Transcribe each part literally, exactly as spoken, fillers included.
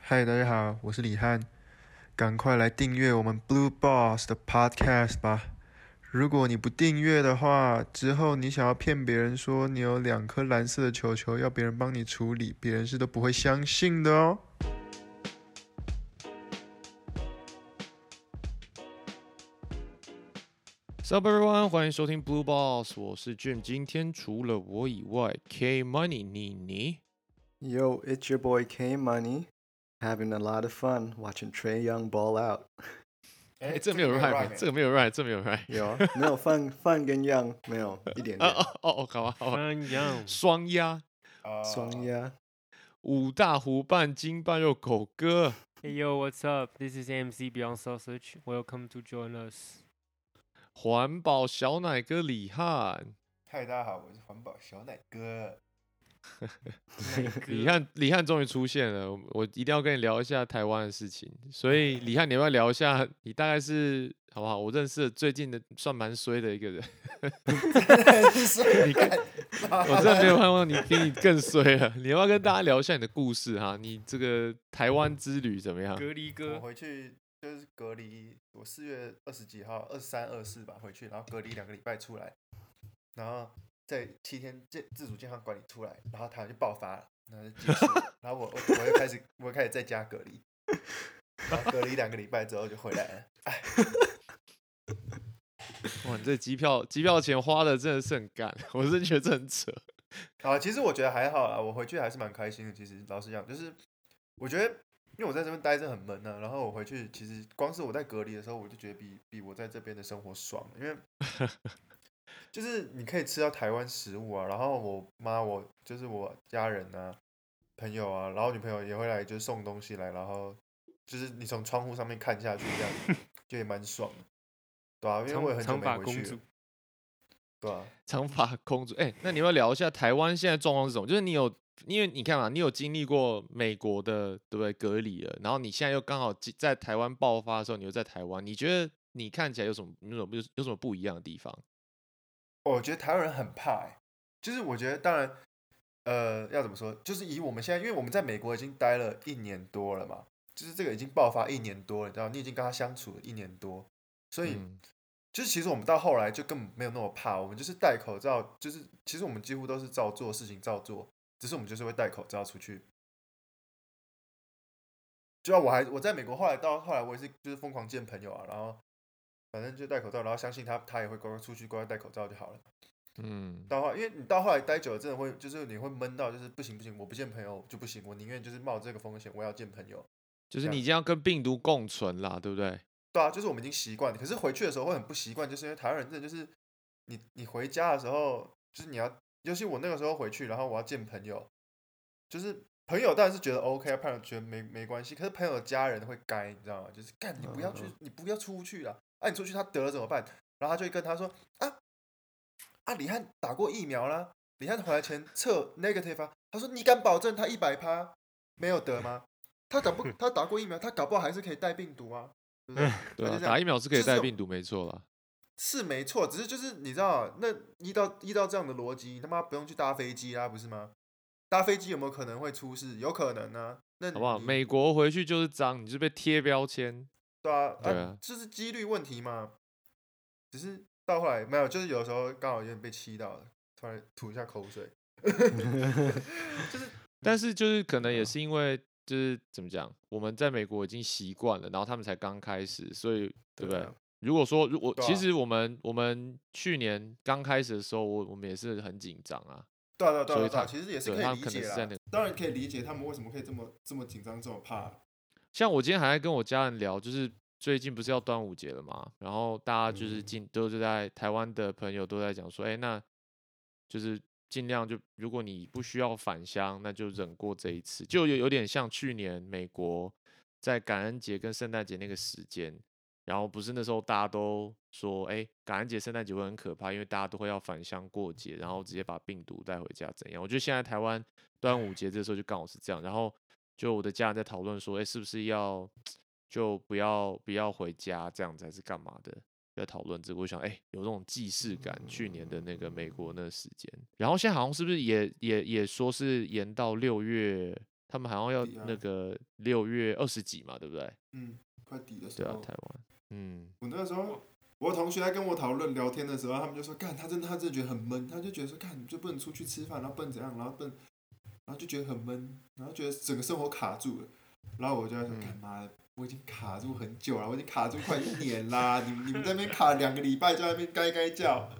嗨，大家好，我是李翰，赶快来订阅我们 Blue Boss 的 Podcast 吧。如果你不订阅的话，之后你想要骗别人说你有两颗蓝色的球球，要别人帮你处理，别人是都不会相信的哦。 Sup everyone，欢迎收听 Blue Boss，我是 Jim。今天除了我以外，K Money 妮妮。 Yo, it's your boy K Money, having a lot of fun watching Trey Young ball out. 哎、欸，这没有 rhyme，这个没有 rhyme，这没有 rhyme。 有啊，没有 fun fun 跟 Young 没有一点点。 哦哦哦，好吧好吧。 Young 双压， 双压。 五大湖半金半肉狗哥。 Hey yo, what's up? This is M C Beyond Sausage. Welcome to join us. 环保小奶哥李翰。 嗨，大家好，我是环保小奶哥。 李翰，李翰终于出现了，我我一定要跟你聊一下台湾的事情。所以李翰，你要不要聊一下？你大概是好不好？我认识的最近的算蛮衰的一个人。你更，我真的没有看过你比你更衰了。你要不要跟大家聊一下你的故事哈？你这个台湾之旅怎么样？ 隔离哥， 我回去就是隔离，我四月二十几号，二十三、二四吧回去，然后隔离两个礼拜出来，然后在七天自自主健康管理出来，然后台湾就爆发了，然后就结束了，然后我我我又开始我又开始在家隔离，然后隔离两个礼拜之后就回来了，哎。 哇，你这机票机票钱花的真的是很干，我真的觉得这很扯。 啊，其实我觉得还好啊，我回去还是蛮开心的。其实老实讲，就是我觉得，因为我在这边待着很闷啊，然后我回去，其实光是我在隔离的时候，我就觉得比比我在这边的生活爽，因为就是你可以吃到台湾食物啊，然后我妈我就是我家人啊、朋友啊，然后女朋友也会来就送东西来，然后就是你从窗户上面看下去这样，就也蛮爽的。对啊，因为我也很久没回去了。对啊， 长发公主，哎、欸，那你要不要聊一下台湾现在状况是什么？就是你有，因为你看嘛，你有经历过美国的，对不对？隔离了，然后你现在又刚好在台湾爆发的时候，你又在台湾，你觉得你看起来有什么、有什么、有什么不一样的地方？ 我觉得台湾人很怕、欸，就是我觉得当然，呃，要怎么说？就是以我们现在，因为我们在美国已经待了一年多了嘛，就是这个已经爆发一年多了，你知道，你已经跟他相处了一年多，所以。嗯，就是其实我们到后来就根本没有那么怕，我们就是戴口罩，就是其实我们几乎都是照做事情照做，只是我们就是会戴口罩出去。就啊，我还我在美国后来到后来我也是就是疯狂见朋友啊，然后反正就戴口罩，然后相信他他也会乖乖出去乖乖戴口罩就好了。嗯，到后来因为你到后来待久了，真的会就是你会闷到就是不行不行，我不见朋友就不行，我宁愿就是冒这个风险，我要见朋友。 就是你已经要跟病毒共存啦，对不对？ 对啊，就是我们已经习惯了，可是回去的时候会很不习惯，就是因为台湾人真的就是你你回家的时候，就是你要，尤其我那个时候回去，然后我要见朋友，就是朋友当然是觉得 OK 啊，朋友觉得没没关系，可是朋友的家人会该，你知道吗？就是干你不要去，你不要出去啦，啊你出去他得了怎么办？然后他就会跟他说啊啊李翰打过疫苗啦，李翰回来前测 negative 啊，他说你敢保证他一百趴没有得吗？他打不他打过疫苗，他搞不好还是可以带病毒啊。对不对？ 对啊，打疫苗是可以带病毒，没错啦。 是没错，只是就是你知道，那依照依照这样的逻辑，你他妈不用去搭飞机啦，不是吗？搭飞机有没有可能会出事？有可能啊。那好不好？美国回去就是脏，你就被贴标签。 对啊， 对啊， 这、啊、是几率问题嘛。只是到后来没有，就是有时候刚好有点被气到了，突然吐一下口水。就是， 但是就是可能也是因为。就是怎么讲，我们在美国已经习惯了，然后他们才刚开始，所以对不对？啊、如果说如果、啊、其实我们我们去年刚开始的时候，我我们也是很紧张啊。 对啊对啊对啊，对啊，其实也是可以理解啦。 那個、 当然可以理解他们为什么可以这么这么紧张这么怕。 像我今天还在跟我家人聊，就是最近不是要端午节了嘛，然后大家就是进、嗯、都是在台湾的朋友都在讲说，哎、欸，那就是。尽量就，如果你不需要返乡，那就忍过这一次，就有有点像去年美国在感恩节跟圣诞节那个时间，然后不是那时候大家都说，哎、欸，感恩节、圣诞节会很可怕，因为大家都会要返乡过节，然后直接把病毒带回家怎样？我觉得现在台湾端午节这时候就刚好是这样，然后就我的家人在讨论说，哎、欸，是不是要就不要不要回家这样子，还是干嘛的？在讨论这个，我想，哎、欸，有这种既视感。去年的那个美国那个时间，然后现在好像是不是也也也说是延到六月他们好像要底啊那个六月二十几嘛，对不对？ 嗯，快底的时对啊， 候， 台湾，嗯， 我那个时候，我同学在跟我讨论聊天的时候，他们就说，干，他真的他真的觉得很闷，他就觉得说，干，就不能出去吃饭，然后不能怎样，然后不能，然后就觉得很闷，然后觉得整个生活卡住了。然后我就在说， 嗯干妈的，我已经卡住很久了，我已经卡住快一年啦，你们你们在那边卡两个礼拜，就在那边该该叫。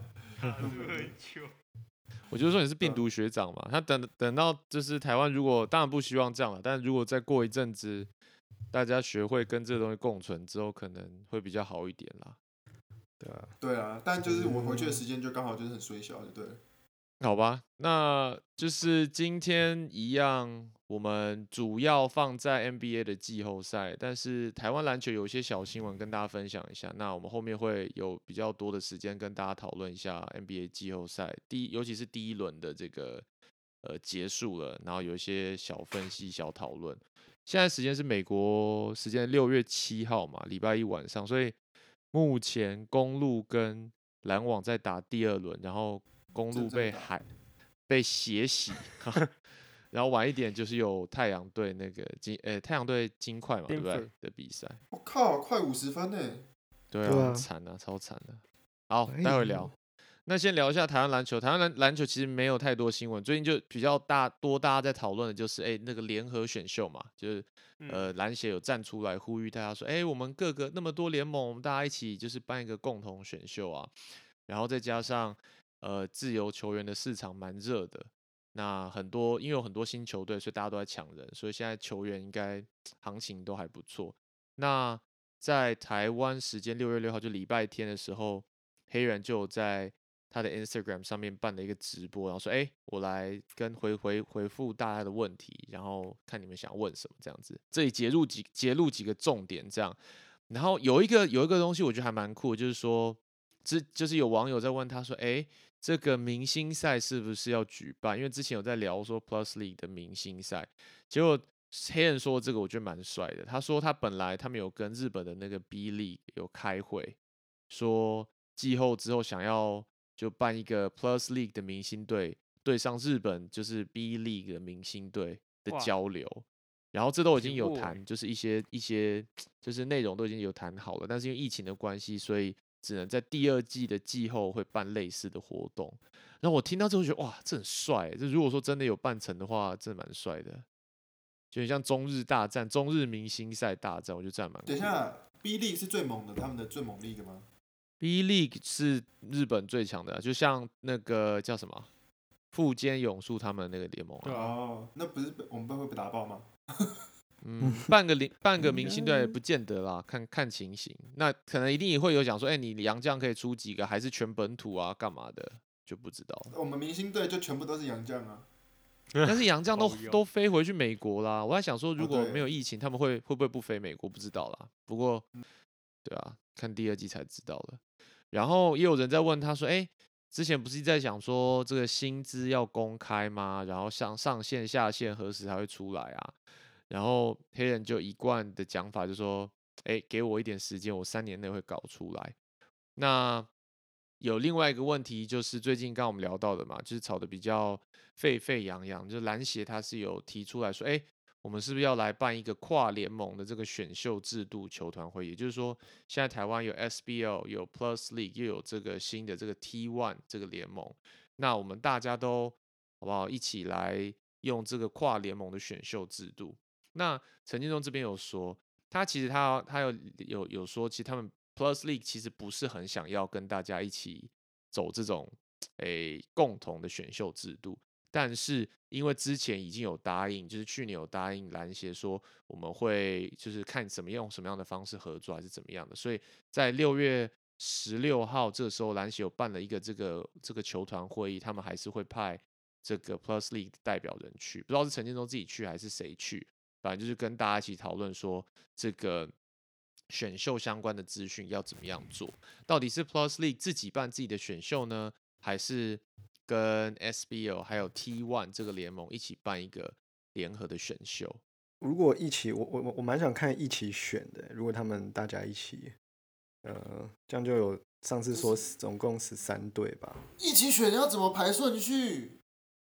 我就说你是病嗯毒学长嘛，他等等到就是台湾，如果当然不希望这样了，但如果再过一阵子，大家学会跟这个东西共存之后，可能会比较好一点啦。 对啊， 对啊，但就是我回去的时间就刚好就是很衰小，就对了。 好吧，那就是今天一样，我们主要放在 N B A 的季后赛，但是台湾篮球有一些小新闻跟大家分享一下。那我们后面会有比较多的时间跟大家讨论一下 N B A 季后赛，第一，尤其是第一轮的这个呃结束了，然后有一些小分析、小讨论。现在时间是美国时间六月七号嘛，礼拜一晚上，所以目前公路跟篮网在打第二轮，然后公路正在打被海被血洗，然后晚一点就是有太阳队那个金呃太阳队金块嘛，对不对 Denver 的比赛？ 我靠，快五十分呢！ 对啊， 对啊很惨啊，超惨的。好， 哎待会聊。那先聊一下台湾篮球。台湾篮篮球其实没有太多新闻，最近就比较大多大家在讨论的就是，哎、那个联合选秀嘛，就是呃篮协有站出来呼吁大家说，哎、我们各个那么多联盟，我们大家一起就是办一个共同选秀啊，然后再加上呃自由球员的市场蛮热的，那很多因为有很多新球队，所以大家都在抢人，所以现在球员应该行情都还不错。那在台湾时间六月六号，就礼拜天的时候，黑人就有在他的 Instagram 上面办了一个直播，然后说：“哎、欸，我来跟回回回复大家的问题，然后看你们想问什么这样子。”这里截录几截录几个重点这样。然后有一个有一个东西我觉得还蛮酷的，就是说，之就是有网友在问他说：“哎、欸，这个明星赛是不是要举办？”因为之前有在聊说 Plus League 的明星赛，结果黑人说这个我觉得蛮帅的。他说他本来他们有跟日本的那个 B League 有开会，说季后之后想要就办一个 Plus League 的明星队对上日本就是 B League 的明星队的哇交流，然后这都已经有挺酷欸谈，就是一些一些就是内容都已经有谈好了，但是因为疫情的关系，所以只能在第二季的季后会办类似的活动。然后我听到之后觉得哇，这很帅欸，这如果说真的有办成的话，真的蛮帅的。就很像中日大战、中日明星赛大战，我觉得这样蛮酷的。 等一下，B League 是最猛的，他们的最猛 league 吗？ B League 是日本最强的啊，就像那个叫什么富坚勇树他们那个联盟啊， 对啊哦，那不是被我们会被打爆吗？ 嗯，半个零半个明星队不见得啦，看看情形。那可能一定也会有讲说，哎、你洋将可以出几个，还是全本土啊，干嘛的，就不知道。 我们明星队就全部都是洋将啊。 但是洋将都靠腰都飞回去美国啦，我在想说，如果哦对没有疫情，他们会会不会不飞美国？不知道啦。不过，对啊，看第二季才知道了。然后也有人在问他说：“哎、之前不是在讲说这个薪资要公开吗？然后上上线下线何时才会出来啊？”然后黑人就一贯的讲法就说：“哎、给我一点时间，我三年内会搞出来。”那有另外一个问题，就是最近刚刚我们聊到的嘛，就是吵得比较沸沸扬扬，就是篮协他是有提出来说，哎、我们是不是要来办一个跨联盟的这个选秀制度球团会议？也就是说，现在台湾有 S B L， 有 Plus League， 又有这个新的这个 T 一 这个联盟，那我们大家都好不好一起来用这个跨联盟的选秀制度？那陈建中这边有说，他其实他他有有有说，其实他们 Plus League 其实不是很想要跟大家一起走这种诶共同的选秀制度，但是因为之前已经有答应，就是去年有答应篮协说我们会就是看怎么用什么样的方式合作还是怎么样的，所以在六月十六号这时候篮协有办了一个这个这个球团会议，他们还是会派这个 Plus League 的代表人去，不知道是陈建州自己去还是谁去，反正就是跟大家一起讨论说这个选秀相关的资讯要怎么样做，到底是 Plus League 自己办自己的选秀呢，还是跟 S B L 还有 T 一 这个联盟一起办一个联合的选秀？ 如果一起，我我我蛮想看一起选的。如果他们大家一起，呃，这样就有上次说总共十三队吧。 一起选要怎么排顺序？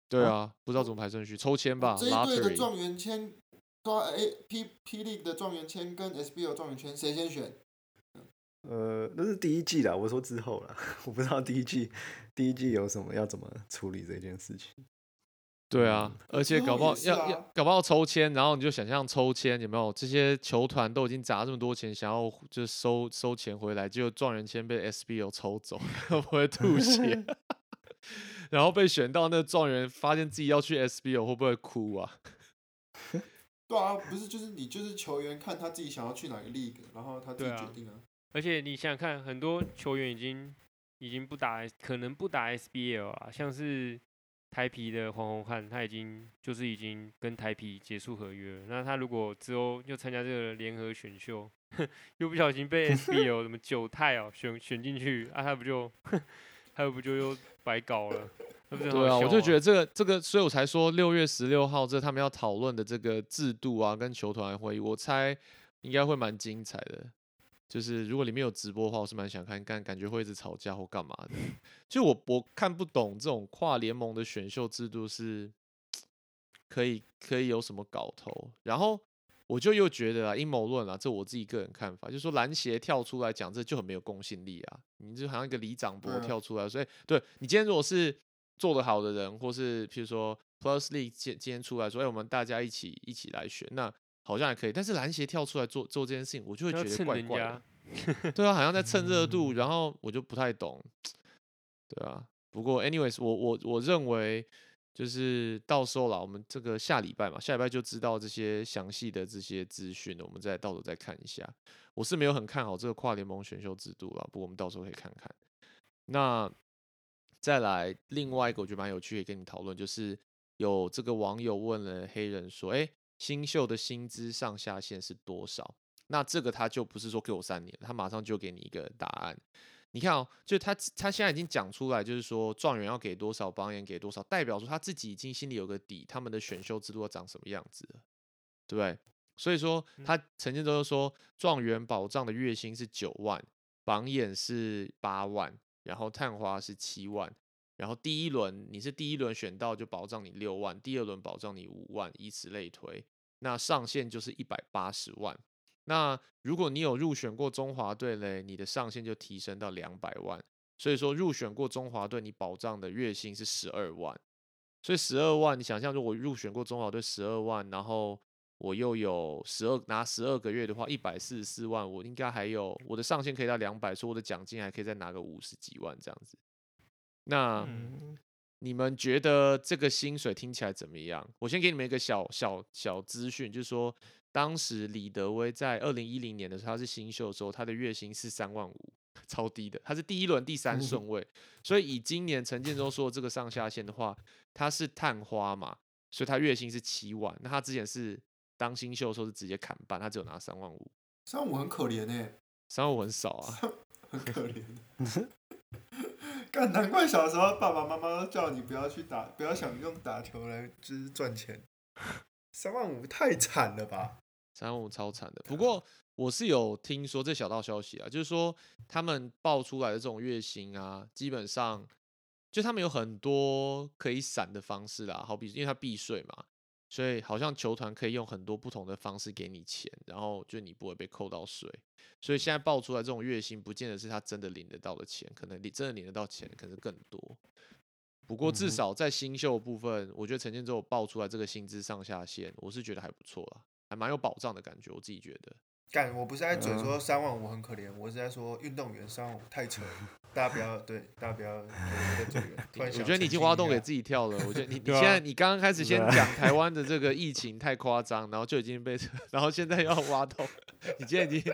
对啊，不知道怎么排顺序，抽签吧这一队的 ，lottery。 状元签，抓 A P P League 的状元签跟 S B L 状元签谁先选？ 呃，那是第一季啦，我说之后啦，我不知道第一季第一季有什么要怎么处理这件事情。 对啊，而且搞不好要、 啊、 要搞不好抽签，然后你就想象抽签有没有这些球团都已经砸这么多钱，想要就是收收钱回来，结果状元签被 S B L 抽走，会不会吐血？然后被选到那个状元，发现自己要去 S B L 会不会哭啊？ 对啊，不是就是你就是球员看他自己想要去哪个 league，然后他自己决定啊。 而且你想想看，很多球员已经已经不打，可能不打 S B L 啊，像是台啤的黄宏汉，他已经就是已经跟台啤结束合约了。那他如果之后又参加这个联合选秀，又不小心被 S B L 什么九泰哦选选进去啊，他不就他不就又白搞了？ 对啊，我就觉得这个这个，所以我才说六月十六号这他们要讨论的这个制度啊，跟球团会议，我猜应该会蛮精彩的。就是如果里面有直播的话，我是蛮想看，感感觉会一直吵架或干嘛的。就我我看不懂这种跨联盟的选秀制度是可以可以有什么搞头，然后我就又觉得啊，阴谋论啊，这我自己个人看法，就是说篮协跳出来讲这就很没有公信力啊，你就好像一个里长伯跳出来，所以对你今天如果是做得好的人，或是譬如说 Plus League 今今天出来说，哎，我们大家一起一起来选，那好像还可以。但是篮协跳出来做做这件事情，我就会觉得怪怪的。对啊，好像在蹭热度，然后我就不太懂。对啊，不过 anyways， 我我我认为就是到时候啦，我们这个下礼拜嘛，下礼拜就知道这些详细的这些资讯了，我们再到时候再看一下。我是没有很看好这个跨联盟选秀制度啦，不过我们到时候可以看看。那再来另外一个我觉得蛮有趣，可以跟你讨论，就是有这个网友问了黑人说，哎，新秀的薪资上下限是多少？那这个他就不是说给我三年，他马上就给你一个答案。你看哦，就他他现在已经讲出来，就是说状元要给多少，榜眼给多少，代表说他自己已经心里有个底，他们的选秀制度要长什么样子了，对不对？所以说他曾经都说，状元保障的月薪是九万，榜眼是八万，然后探花是七万，然后第一轮你是第一轮选到就保障你六万，第二轮保障你五万，以此类推，那上限就是一百八十万。那如果你有入选过中华队嘞，你的上限就提升到两百万。所以说入选过中华队，你保障的月薪是十二万。所以十二万，你想象如果入选过中华队十二万，然后我又有十二拿十二个月的话，一百四十四万，我应该还有我的上限可以到两百，所以我的奖金还可以再拿个五十几万这样子。那、嗯、你们觉得这个薪水听起来怎么样？我先给你们一个小小小资讯，就是说。当时李德威在二零一零年的时候，他是新秀的时候，他的月薪是三万五，超低的。他是第一轮第三顺位，所以以今年陈建州说的这个上下限的话，他是探花嘛，所以他月薪是七万。那他之前是当新秀的时候是直接砍半，他只有拿三万五。 三万五很可怜哎， 三万五很少啊， 很可怜。干，难怪小时候爸爸妈妈都叫你不要去打，不要想用打球来就是赚钱。三万五太惨了吧？ 三万五超惨的，不过我是有听说这小道消息啊，就是说他们爆出来的这种月薪啊，基本上就他们有很多可以闪的方式啦，好比因为他避税嘛，所以好像球团可以用很多不同的方式给你钱，然后就你不会被扣到税，所以现在爆出来这种月薪，不见得是他真的领得到的钱，可能你真的领得到钱，可能是更多。不过至少在新秀的部分，我觉得陈建州爆出来这个薪资上下限，我是觉得还不错啦。还蛮有保障的感觉，我自己觉得。 干，我不是在嘴说三万五很可怜，我是在说运动员三万五太扯了，大家不要对，大家不要在嘴人。我觉得你已经挖洞给自己跳了。我觉得你你现在你刚刚开始先讲台湾的这个疫情太夸张，然后就已经被，然后现在又要挖洞，你今天已经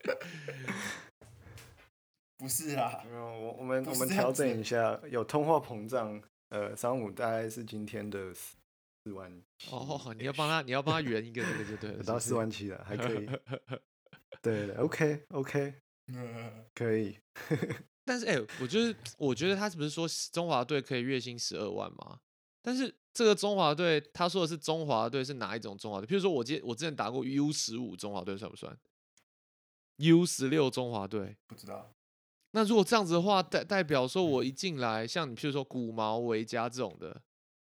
不是啦。 没有，我我们我们调整一下，有通货膨胀，呃，三万五大概是今天的。四万七哦，你要帮他，你要帮他圆一个这个就对了， 到四万七了，还可以。对对 ，OK OK， 可以。 但是哎、欸，我就是我觉得他是不是说中华队可以月薪十二万吗？但是这个中华队，他说的是中华队是哪一种中华队？譬如说我之我之前打过 U 十五中华队算不算 ？U 十六中华队不知道。 那如果这样子的话，代代表说我一进来，像你譬如说古毛维嘉这种的。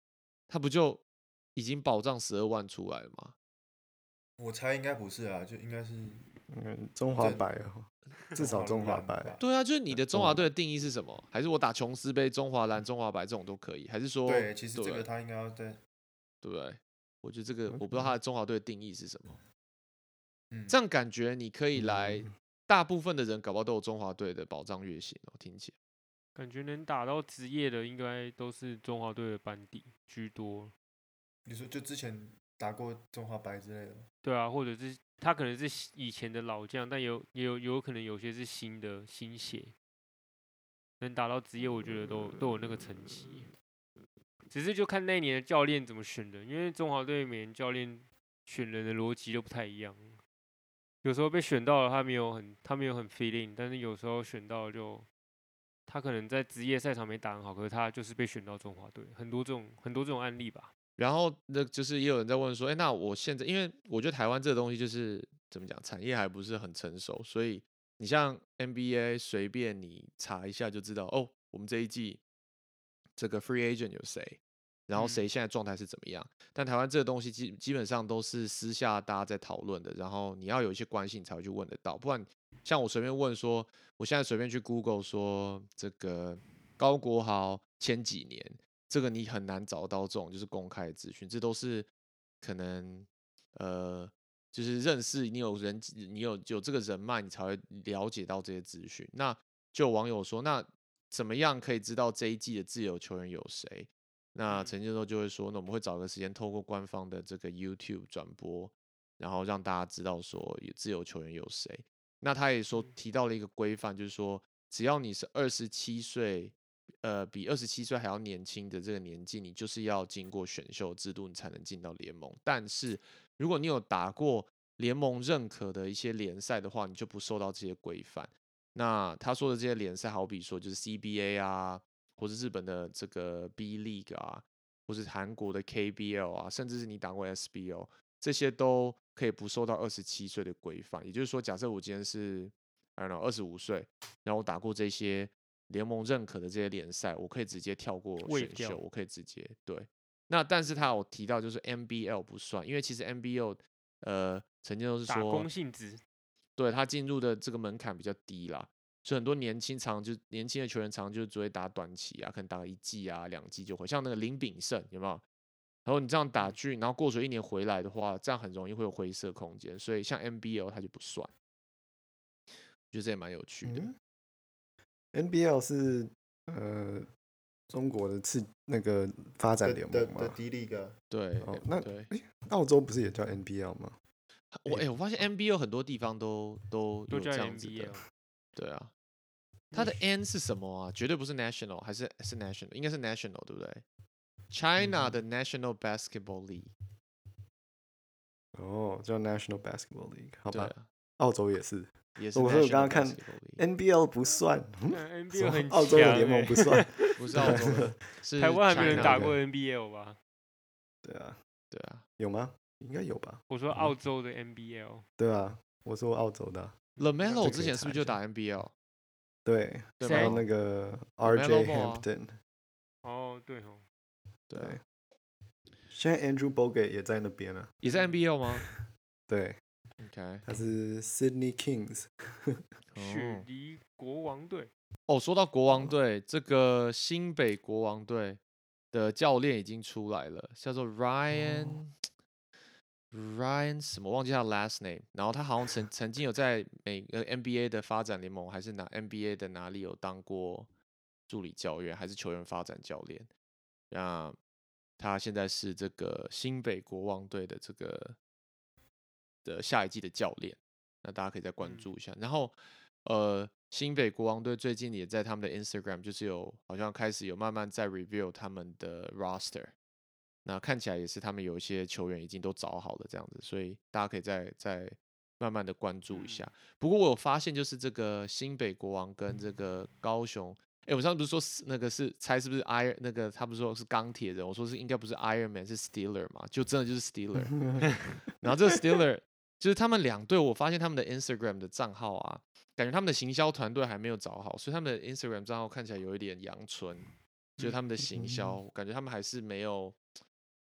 他不就已经保障十二万出来了吗？ 我猜应该不是啊，就应该是嗯，中华白哦，至少中华白。 对啊，就是你的中华队的定义是什么？还是我打琼斯杯、中华蓝、中华白这种都可以？还是说对，其实这对个他应该要在， 对不对？我觉得这个我不知嗯道他的中华队的定义是什么。 嗯， 这样感觉你可以来， 嗯大部分的人搞不好都有中华队的保障月薪哦，听起来。 感觉能打到职业的，应该都是中华队的班底居多。 你说就之前打过中华白之类的吗？ 对啊，或者是他可能是以前的老将，但有也有有可能有些是新的新血，能打到职业，我觉得都都有那个层级。只是就看那一年的教练怎么选的，因为中华队每年教练选人的逻辑都不太一样。有时候被选到了，他没有很他没有很 feeling，但是有时候选到了就他可能在职业赛场没打很好，可是他就是被选到中华队，很多这种很多这种案例吧。 然后那就是也有人在问说，哎，那我现在因为我觉得台湾这个东西就是怎么讲，产业还不是很成熟，所以你像 N B A 随便你查一下就知道，哦，我们这一季这个 free agent 有谁，然后谁现在状态是怎么样。但台湾这个东西基基本上都是私下大家在讨论的，然后你要有一些关系你才会去问得到，不然像我随便问说，我现在随便去 Google 说这个高国豪前几年。这个你很难找到这种就是公开的资讯，这都是可能呃，就是认识你有人，你有有这个人脉，你才会了解到这些资讯。那就有网友说，那怎么样可以知道这一季的自由球员有谁？那陈建州就会说，那我们会找个时间，透过官方的这个 YouTube 转播，然后让大家知道说自由球员有谁。那他也说提到了一个规范，就是说只要你是二十七岁。呃，比二十七岁还要年轻的这个年纪，你就是要经过选秀制度，你才能进到联盟。但是，如果你有打过联盟认可的一些联赛的话，你就不受到这些规范。那他说的这些联赛，好比说就是 C B A 啊，或是日本的这个 B League 啊，或是韩国的 K B L 啊，甚至是你打过 S B O，这些都可以不受到二十七岁的规范。也就是说，假设我今天是 I don't know 二十五岁，然后我打过这些。联盟认可的这些联赛，我可以直接跳过选秀，我可以直接对。那但是他有提到，就是 N B L 不算，因为其实 N B L 呃曾经都是说打工性质， 对他进入的这个门槛比较低啦，所以很多年轻常就年轻的球员常就只会打短期啊，可能打个一季啊、两季就会，像那个林炳胜有没有？然后你这样打去，然后过水一年回来的话，这样很容易会有灰色空间，所以像 N B L 它就不算，我觉得这也蛮有趣的。 嗯N B L 是呃中国的次那个发展联盟吗？ 的 D League。 对， 哦，那对， 澳洲不是也叫 N B L 吗？ 我哎、欸，我发现 N B L 很多地方都都有都叫这样子的， N B L。 对啊。它的 N 是什么啊？绝对不是 national， 还是是 national？ 应该是 national， 对不对 ？China 的 National Basketball League。 哦，叫 National Basketball League， 好吧。 啊、 澳洲也是。 也是。 我说我刚刚看 N B L 不算， 嗯、N B L 很澳洲的联盟不算， 不是澳洲的，是台湾还没人打过 China N B L 吧？ 对啊， 对啊， 有吗？应该有吧。 我说澳洲的 N B L。 对啊，我说澳洲的啊。 LaMelo 之前是不是就打 N B L？ 对， 对还有那个 R J Hampton。 哦，对哦。 对啊。 现在 Andrew Bogut 也在那边了。 也在 N B L 吗？ 对。 OK， 他是 Sydney Kings。 雪梨国王队。 哦，说到国王队，这个新北国王队的教练已经出来了，叫做 Ryan、哦、Ryan 什么忘记他的 last name， 然后他好像曾曾经有在美呃 N B A 的发展联盟还是哪 N B A 的哪里有当过助理教练，还是球员发展教练。那他现在是这个新北国王队的这个的下一季的教练，那大家可以再关注一下。嗯、然后呃。新北国王队最近也在他们的 Instagram 就是有好像开始有慢慢在 review 他们的 roster， 那看起来也是他们有一些球员已经都找好了这样子，所以大家可以再再慢慢的关注一下。不过我有发现就是这个新北国王跟这个高雄，哎，我上次不是说那个是猜是不是 Iron 那个他不是说是钢铁人，我说是应该不是 Iron Man 是 Steeler 嘛，就真的就是 Steeler 。然后这个 Steeler 就是他们两队，我发现他们的 Instagram 的账号啊。感觉他们的行销团队还没有找好，所以他们的 Instagram 账号看起来有一点阳春，就是他们的行销，感觉他们还是没有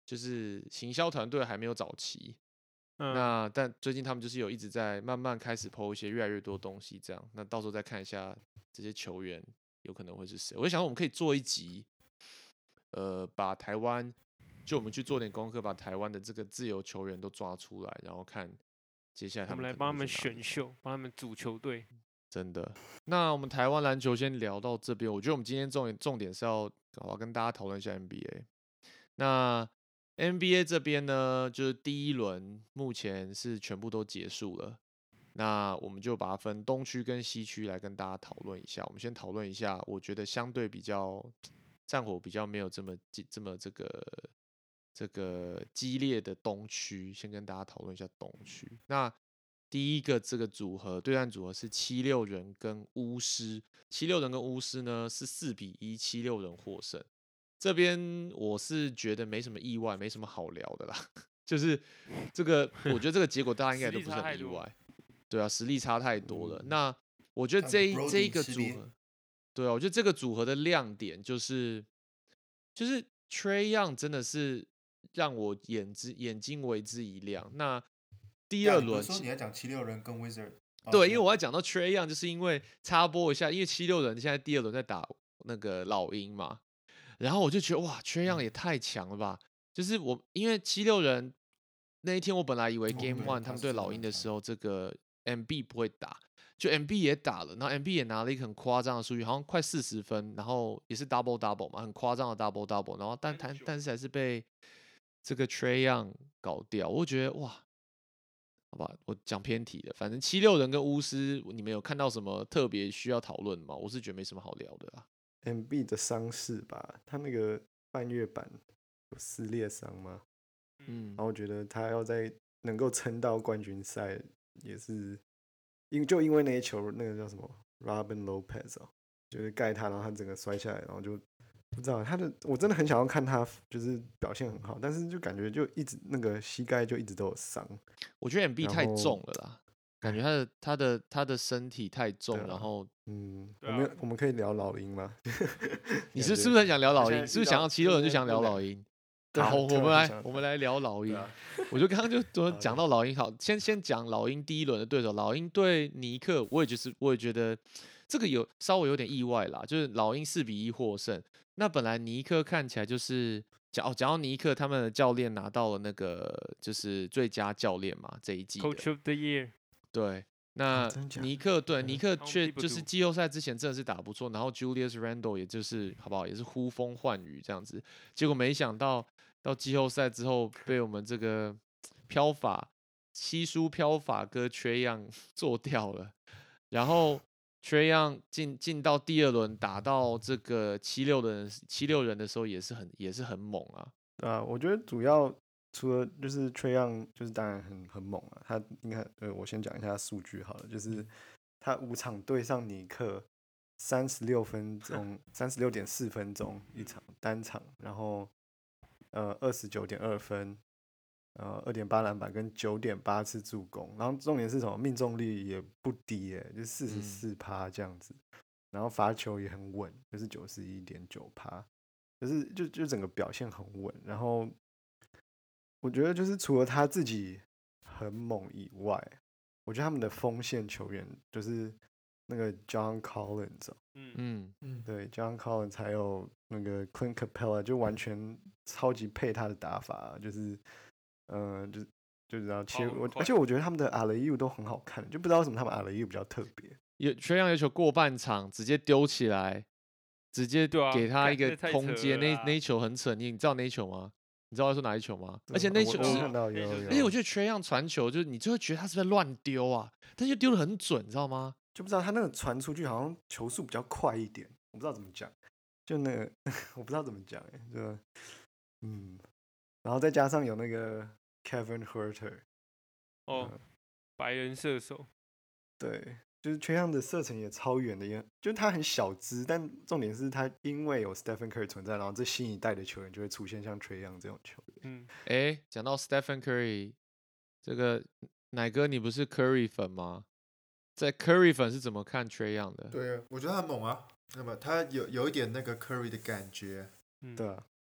就是行销团队还没有找齐。 嗯， 那但最近他们就是有一直在慢慢开始 po 一些越来越多东西，这样。那到时候再看一下这些球员有可能会是谁。我就想我们可以做一集，呃，把台湾就我们去做点功课，把台湾的这个自由球员都抓出来，然后看接下来我们来他们可能帮他们选会去哪里秀，帮他们组球队。 真的。那我们台湾篮球先聊到这边，我觉得我们今天重点重点是要好好跟大家讨论一下 N B A。那 N B A 这边呢，就是第一轮目前是全部都结束了，那我们就把它分东区跟西区来跟大家讨论一下。我们先讨论一下，我觉得相对比较战火比较没有这么这么这个这个激烈的东区，先跟大家讨论一下东区。那第一个这个组合对战组合是七六人跟巫师，七六人跟巫师呢是四比一，七六人获胜。这边我是觉得没什么意外，没什么好聊的啦。就是这个，我觉得这个结果大家应该都不是很意外。对啊，实力差太多了。那我觉得这一这一个组合，对啊，我觉得这个组合的亮点就是，就是 Trae Young 真的是让我眼之眼睛为之一亮。那第二轮， 说你要讲七六人跟 Wizard， 对，因为我要讲到 Trae Young， 就是因为插播一下，因为七六人现在第二轮在打那个老鹰嘛，然后我就觉得哇 Trae Young 也太强了吧！就是我因为七六人那一天，我本来以为 Game One 他们对老鹰的时候，这个 M B 不会打，就 M B 也打了，然后 M B 也拿了一个很夸张的数据，好像快四十分，然后也是 double double 嘛，很夸张的 double double， 然后但但但是还是被这个 Trae Young 搞掉，我觉得哇。好吧，我讲偏题了。反正七六人跟巫师，你们有看到什么特别需要讨论吗？我是觉得没什么好聊的啦。 M B 的伤势吧，他那个半月板有撕裂伤吗？嗯，然后我觉得他要在能够撑到冠军赛，也是因就因为那一球，那个叫什么 Robin Lopez 哦，就是盖他，然后他整个摔下来，然后就不知道他的，我真的很想要看他，就是表现很好，但是就感觉就一直那个膝盖就一直都有伤。 我觉得 M B 太重了啦，感觉他的他的他的身体太重， 啊、 然后嗯， 啊、 我们我们可以聊老鹰吗？ 你是是不是很想聊老鹰？是不是想要七六人就想聊老鹰？好，我们来我们来聊老鹰。啊、我就刚刚就说讲到老鹰，好，先先讲老鹰第一轮的对手，老鹰对尼克，我也就是我也觉得这个有稍微有点意外啦，就是老鹰四比一获胜。那本来尼克看起来就是讲哦，讲到尼克他们的教练拿到了那个就是最佳教练嘛，这一季的 Coach of the Year。 对，那尼克对尼克却嗯就是季后赛之前真的是打不错，然后 Julius Randle 也就是好不好，也是呼风唤雨这样子，结果没想到到季后赛之后被我们这个飘法稀疏飘法哥 Trae Young 做掉了，然后 Trae Young 进进到第二轮打到这个七六人七六人的时候也是很也是很猛啊， 对啊，我觉得主要。除了就是 Trae Young 就是当然很很猛啊，他应该呃我先讲一下数据好了，就是他五场对上尼克三十六分钟，三十六点四分钟一场单场，然后呃二十九点二分，呃二点八篮板跟九点八次助攻，然后重点是什么？命中率也不低耶，就四十四趴这样子，然后罚球也很稳，就是九十一点九趴，就是就就整个表现很稳，然后。我觉得就是除了他自己很猛以外，我觉得他们的锋线球员就是那个 John Collins， 嗯嗯，对 ，John Collins 还有那个 Clint Capella 就完全超级配他的打法，就是呃，就就知道切我，而且我觉得他们的 alley-oop 都很好看，就不知道为什么他们 alley-oop 比较特别。 有Trae Young有球过半场直接丢起来，直接给他一个空间，那那一球很扯，你你知道那一球吗？你知道他说哪一球吗？而且那球是，而且我觉得Trae Young传球，就是你就会觉得他是在乱丢啊，但又丢得很准，你知道吗？ 就不知道他那个传出去好像球速比较快一点，我不知道怎么讲，就那个我不知道怎么讲哎，就嗯，然后再加上有那个 Kevin Huerter， 哦，嗯、白人射手， 对。就是Trae Young的射程也超远的，也就是他很小只，但重点是他因为有 Stephen Curry 存在，然后这新一代的球员就会出现像Trae Young这种球员。 嗯，哎，讲到 Stephen Curry， 这个奶哥你不是 Curry 粉吗？在 Curry 粉是怎么看 Trae Young 的？ 对，我觉得他很猛啊，那么他有有一点那个 Curry 的感觉。 嗯、对啊，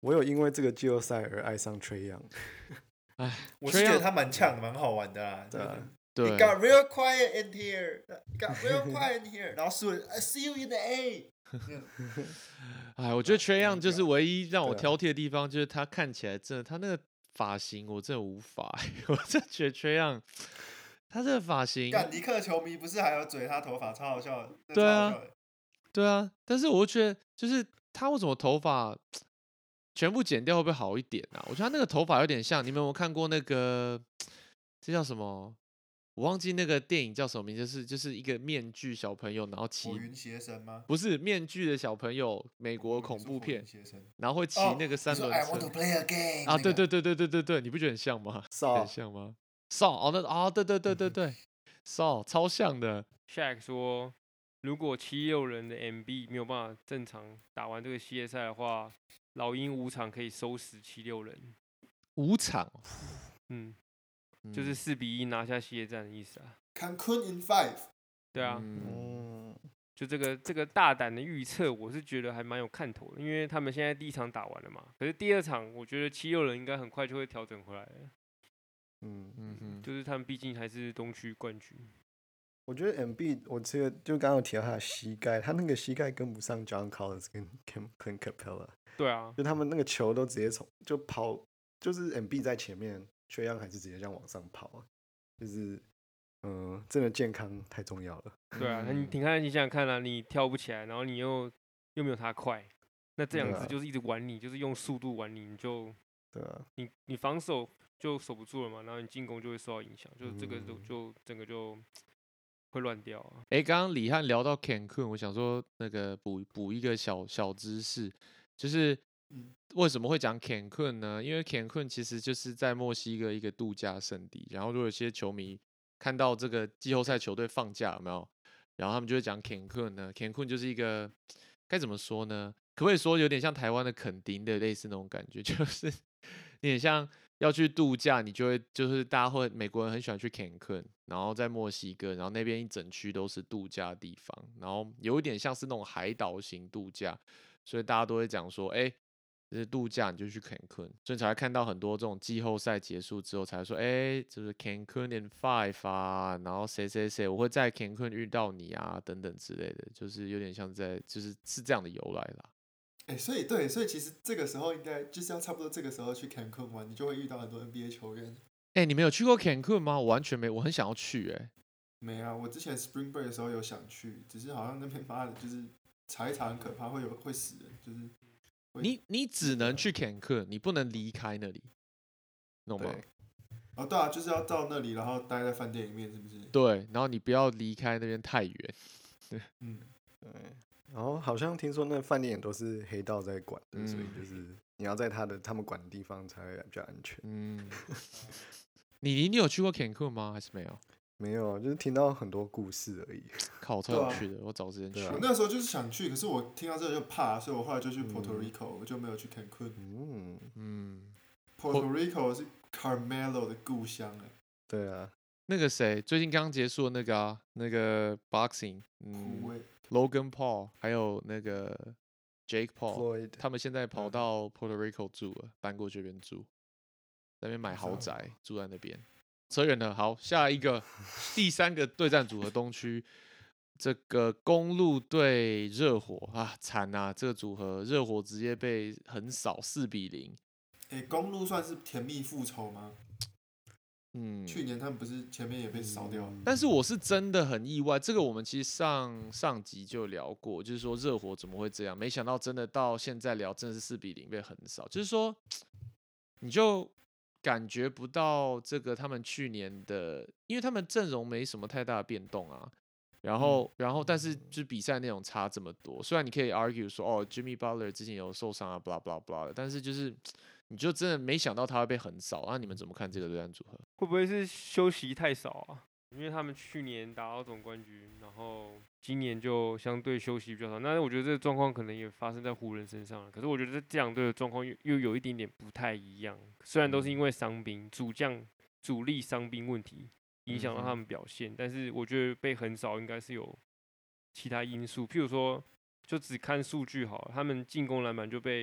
我有因为这个季后赛而爱上 Trae Young。 哎， 我是觉得他蛮呛的，蛮好玩的啦。 对啊， 对 It got real quiet in here. It got real quiet in here. 然后输了 I see you in the A 。 哎，我觉得 Trae Young 就是唯一让我对啊挑剔的地方，就是他看起来真的，他那个发型我真的无法，我真的觉得 Trae Young 他这个发型， 干尼克球迷不是还有嘴他头发超好笑的，那对啊超好笑的。 对啊，但是我就觉得就是他为什么头发全部剪掉会不会好一点啊？我觉得他那个头发有点像，你们有没有看过那个这叫什么？我忘记那个电影叫什么名字，就是就是一个面具小朋友，然后骑火云邪神吗？ 不是面具的小朋友，美国我以为恐怖片你说火云，邪神然后会骑哦那个三你说轮 I want 车 to play a game 啊， 那个对对对对对对对，你不觉得很像吗？ 少很像吗？少哦，那啊，对对对对对，少超像的。 Shaq 说，如果七六人的 M B 没有办法正常打完这个系列赛的话，老鹰五场可以收拾七六人。 五场， 嗯，就是嗯四比一拿下系列战的意思啊。 Cancun in five。 对啊， 嗯嗯， 就这个这个大胆的预测，我是觉得还蛮有看头的，因为他们现在第一场打完了嘛，可是第二场我觉得七六人应该很快就会调整回来了， 嗯， 嗯哼， 就是他们毕竟还是东区冠军。 我觉得 M B 我这个就刚刚有提到他的膝盖，他那个膝盖跟不上 John Collins 跟 Clint Capella， 对啊， 就他们那个球都直接从就跑，就是 M B 在前面，Trae Young还是直接这样往上跑啊，就是嗯、呃真的健康太重要了。 对啊，那你嗯你看，你想想看啊，你跳不起来，然后你又又没有他快，那这两对啊支就是一直玩你，就是用速度玩你，你就对啊， 你你防守就守不住了嘛，然后你进攻就会受到影响，就是这个就嗯就整个就会乱掉啊。 哎，刚刚李汉聊到 Cancun，我想说那个补补一个小小知识，就是嗯为什么会讲 Cancun 呢？因为 Cancun 其实就是在墨西哥一个度假胜地，然后如果有些球迷看到这个季后赛球队放假有没有，然后他们就会讲 Cancun 呢，Cancun 就是一个该怎么说呢？可不可以说有点像台湾的垦丁的类似那种感觉，就是有点像要去度假，你就会就是大家会美国人很喜欢去 Cancun，然后在墨西哥，然后那边一整区都是度假的地方，然后有一点像是那种海岛型度假，所以大家都会讲说，哎、就是度假你就去 Cancun，所以才会看到很多这种季后赛结束之后才会说，哎、就是 Cancun in five 啊，然后谁谁谁我会在 Cancun 遇到你啊，等等之类的，就是有点像在就是是这样的由来啦。 哎、所以对，所以其实这个时候应该就是要差不多这个时候去 Cancun 玩，你就会遇到很多 N B A 球员。 哎、你们有去过 Cancun 吗？我完全没，我很想要去、哎， 没啊，我之前 Spring Break 的时候有想去，只是好像那边妈的就是查一查很可怕，会有会死人，就是会你你只能去 Cancun，你不能离开那里，懂吗？ 对， 哦对啊，就是要到那里，然后待在饭店里面，是不是？ 对，然后你不要离开那边太远。 嗯， 对，然后好像听说那饭店也都是黑道在管的，所以嗯就是你要在他的他们管的地方才会比较安全。 嗯，你你有去过 Cancun 吗？还是没有？ 没有，就是听到很多故事而已。 靠，超对啊想去的，我找时间去对。啊我那时候就是想去，可是我听到这个就怕，所以我后来就去嗯 Puerto Rico，、我就没有去 Cancun。 嗯， 嗯， Puerto Rico 是 Carmelo 的故乡哎、 对啊， 那个谁，最近刚结束的那个啊，那个 boxing， 苦嗯味。 ，Logan Paul，还有那个 Jake Paul， Floyd， 他们现在跑嗯到 Puerto Rico 住了，搬过去这边住，在那边买不知道豪宅，住在那边。扯远了，好，下一个第三个对战组合东区，这个公路对热火啊，惨啊！这个组合热火直接被横扫四比零。 哎、公路算是甜蜜复仇吗？ 嗯， 去年他们不是前面也被扫掉了？ 但是我是真的很意外，这个我们其实上上集就聊过，就是说热火怎么会这样？没想到真的到现在聊，真的是四比零被横扫，就是说你就感觉不到这个他们去年的，因为他们阵容没什么太大的变动啊。然后，然后，但是就是比赛内容差这么多，虽然你可以 argue 说，哦，Jimmy Butler 之前有受伤啊，blah blah blah 的，但是就是你就真的没想到他会被横扫。那你们怎么看这个对战组合？ 会不会是休息太少啊？因为他们去年打到总冠军，然后今年就相对休息比较少。那我觉得这个状况可能也发生在湖人身上了。可是我觉得这两队的状况又又有一点点不太一样。虽然都是因为伤兵、主将、主力伤兵问题影响到他们表现，但是我觉得被横扫应该是有其他因素。譬如说，就只看数据好了，他们进攻篮板就被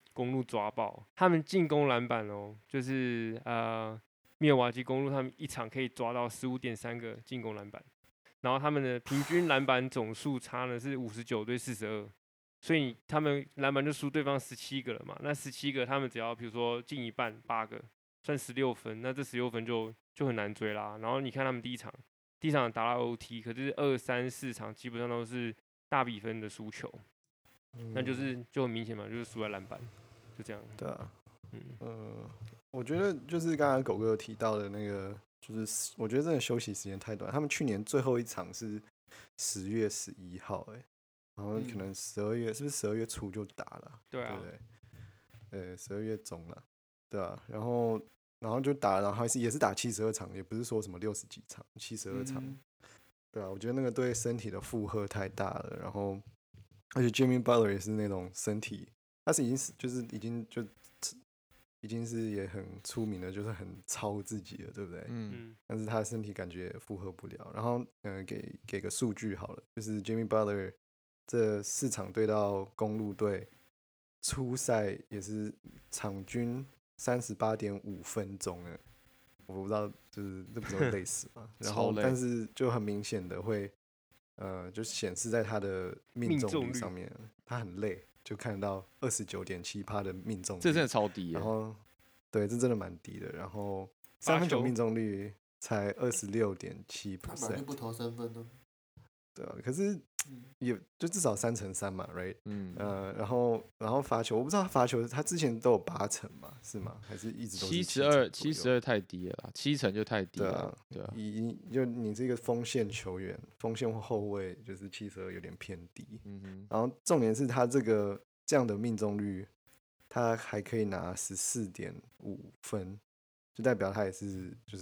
公鹿抓爆，他们进攻篮板哦，就是呃密尔瓦基公鹿他们一场可以抓到十五点三个进攻篮板，然后他们的平均篮板总数差呢是五十九对四十二，所以他们篮板就输对方十七个了嘛，那十七个他们只要比如说进一半八个，算十六分，那这十六分就就很难追啦。然后你看他们第一场，第一场打到 O T， 可是二三四场基本上都是大比分的输球， 嗯那就是就很明显嘛，就是输在篮板，就这样。 对啊， 嗯， 呃，我觉得就是刚刚狗哥有提到的那个，就是我觉得真的休息时间太短。他们去年最后一场是十月十一号，哎，然后可能十二月、嗯、是不是十二月初就打了？ 对啊， 对不对？呃，十二月中了，对啊，然后然后就打，然后还是也是打七十二场，也不是说什么六十几场，七十二场，嗯、对啊，我觉得那个对身体的负荷太大了，然后而且 Jimmy Butler 也是那种身体，他是已经是就是已经就已经是也很出名的，就是很超自己了，对不对？嗯。但是他的身体感觉负荷不了，然后呃给给个数据好了，就是 Jimmy Butler 这四场对到公鹿队。初赛也是场均三十八点五分钟哎，我不知道就是这不是会累死吗？然后但是就很明显的会，呃，就显示在他的命中率上面，他很累，就看得到二十九点七趴的命中率， 这真的超低。 然后对，这真的蛮低的。然后三分球命中率才二十六点七 percent， 他本来就不投三分呢。 对啊，可是也就至少三乘三嘛 ，right？ 嗯，呃，然后然后罚球，我不知道罚球他之前都有八成嘛，是吗？还是一直都是七十二？七十二太低了啦，七成就太低了。对啊， 以就你这个锋线球员，锋线或后卫，就是七十二有点偏低。嗯哼。然后重点是他这个这样的命中率，他还可以拿十四点五分，就代表他也是就是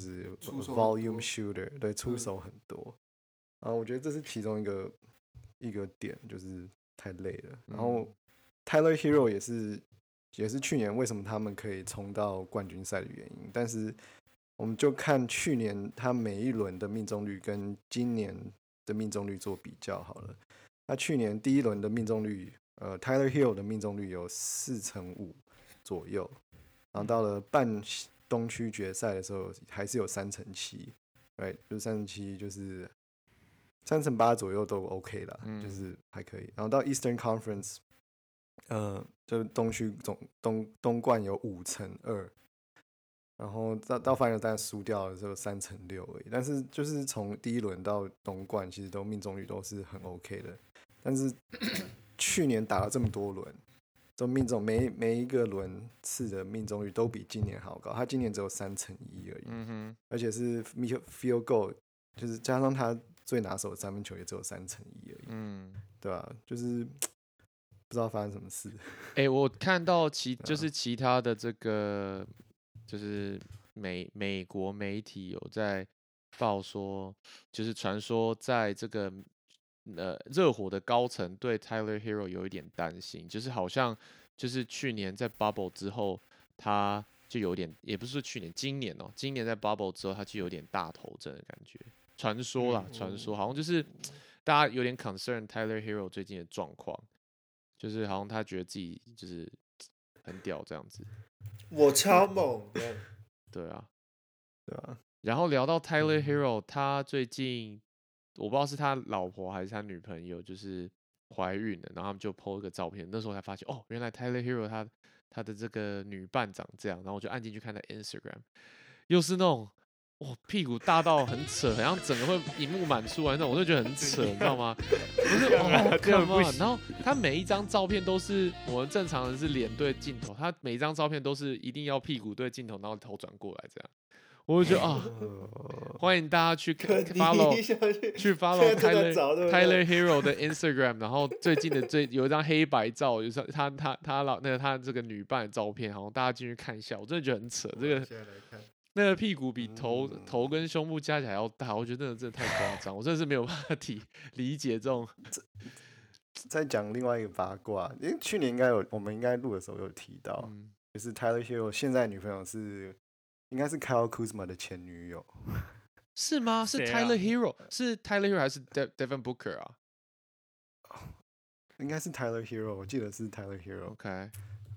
volume shooter， 对，出手很多。啊，我觉得这是其中一个一个点，就是太累了。然后 Tyler Hero 也是也是去年为什么他们可以冲到冠军赛的原因。但是我们就看去年他每一轮的命中率跟今年的命中率做比较好了。他去年第一轮的命中率，呃 ，Tyler Hero 的命中率有四成五左右，然后到了半东区决赛的时候还是有三成七，right， 就三成七就是。三成八左右都 OK 啦，嗯、就是还可以。然后到 Eastern Conference， 呃，就东区总东东冠有五成二，然后到到 Final 当然输掉了只有三成六而已。但是就是从第一轮到东冠，其实都命中率都是很 OK 的。但是去年打了这么多轮，都命中每每一个轮次的命中率都比今年好高。他今年只有三成一而已，嗯哼，而且是 field goal， 就是加上他。最拿手的三分球也只有三成一而已，嗯，对吧、啊？就是不知道发生什么事。 哎、欸，我看到其就是其他的这个就是美美国媒体有在报说，就是传说在这个呃热火的高层对 Tyler Hero 有一点担心，就是好像就是去年在 Bubble 之后，他就有点，也不是说去年，今年哦、喔，今年在 Bubble 之后，他就有点大头症的感觉。传说啦，传说好像就是大家有点 concern Tyler Hero 最近的状况，就是好像他觉得自己就是很屌这样子。 我超猛， 对啊， 对啊。 然后聊到 Tyler Hero， 他最近我不知道是他老婆还是他女朋友，就是怀孕了，然后他们就 po 一个照片，那时候才发现哦，原来 Tyler Hero 他他的这个女伴长这样，然后我就按进去看他 Instagram， 又是那种。哇，屁股大到很扯，好像整个会荧幕满出来那种，我就觉得很扯，你知道吗？不是哦，干嘛？然后他每一张照片都是我们正常人是脸对镜头，他每一张照片都是一定要屁股对镜头，然后头转过来这样。我就觉得啊，欢迎大家去 follow 去 follow Tyler Tyler Hero 的 Instagram， 然后最近的最有一张黑白照，就是他他他老那个他这个女伴的照片，好像大家进去看一下，我真的觉得很扯，这个。那个屁股比头、嗯、头跟胸部加起来要大，我觉得真的真的太夸张，我真的是没有办法体理解这种。 再讲另外一个八卦，因为去年应该有，我们应该录的时候有提到，嗯、就是 Tyler Hero 现在女朋友是应该是 Kyle Kuzma 的前女友， 是吗？是 Tyler Hero，、啊、是 Tyler Hero 还是 Devin Booker 啊？ 应该是 Tyler Hero， 我记得是 Tyler Hero。 OK，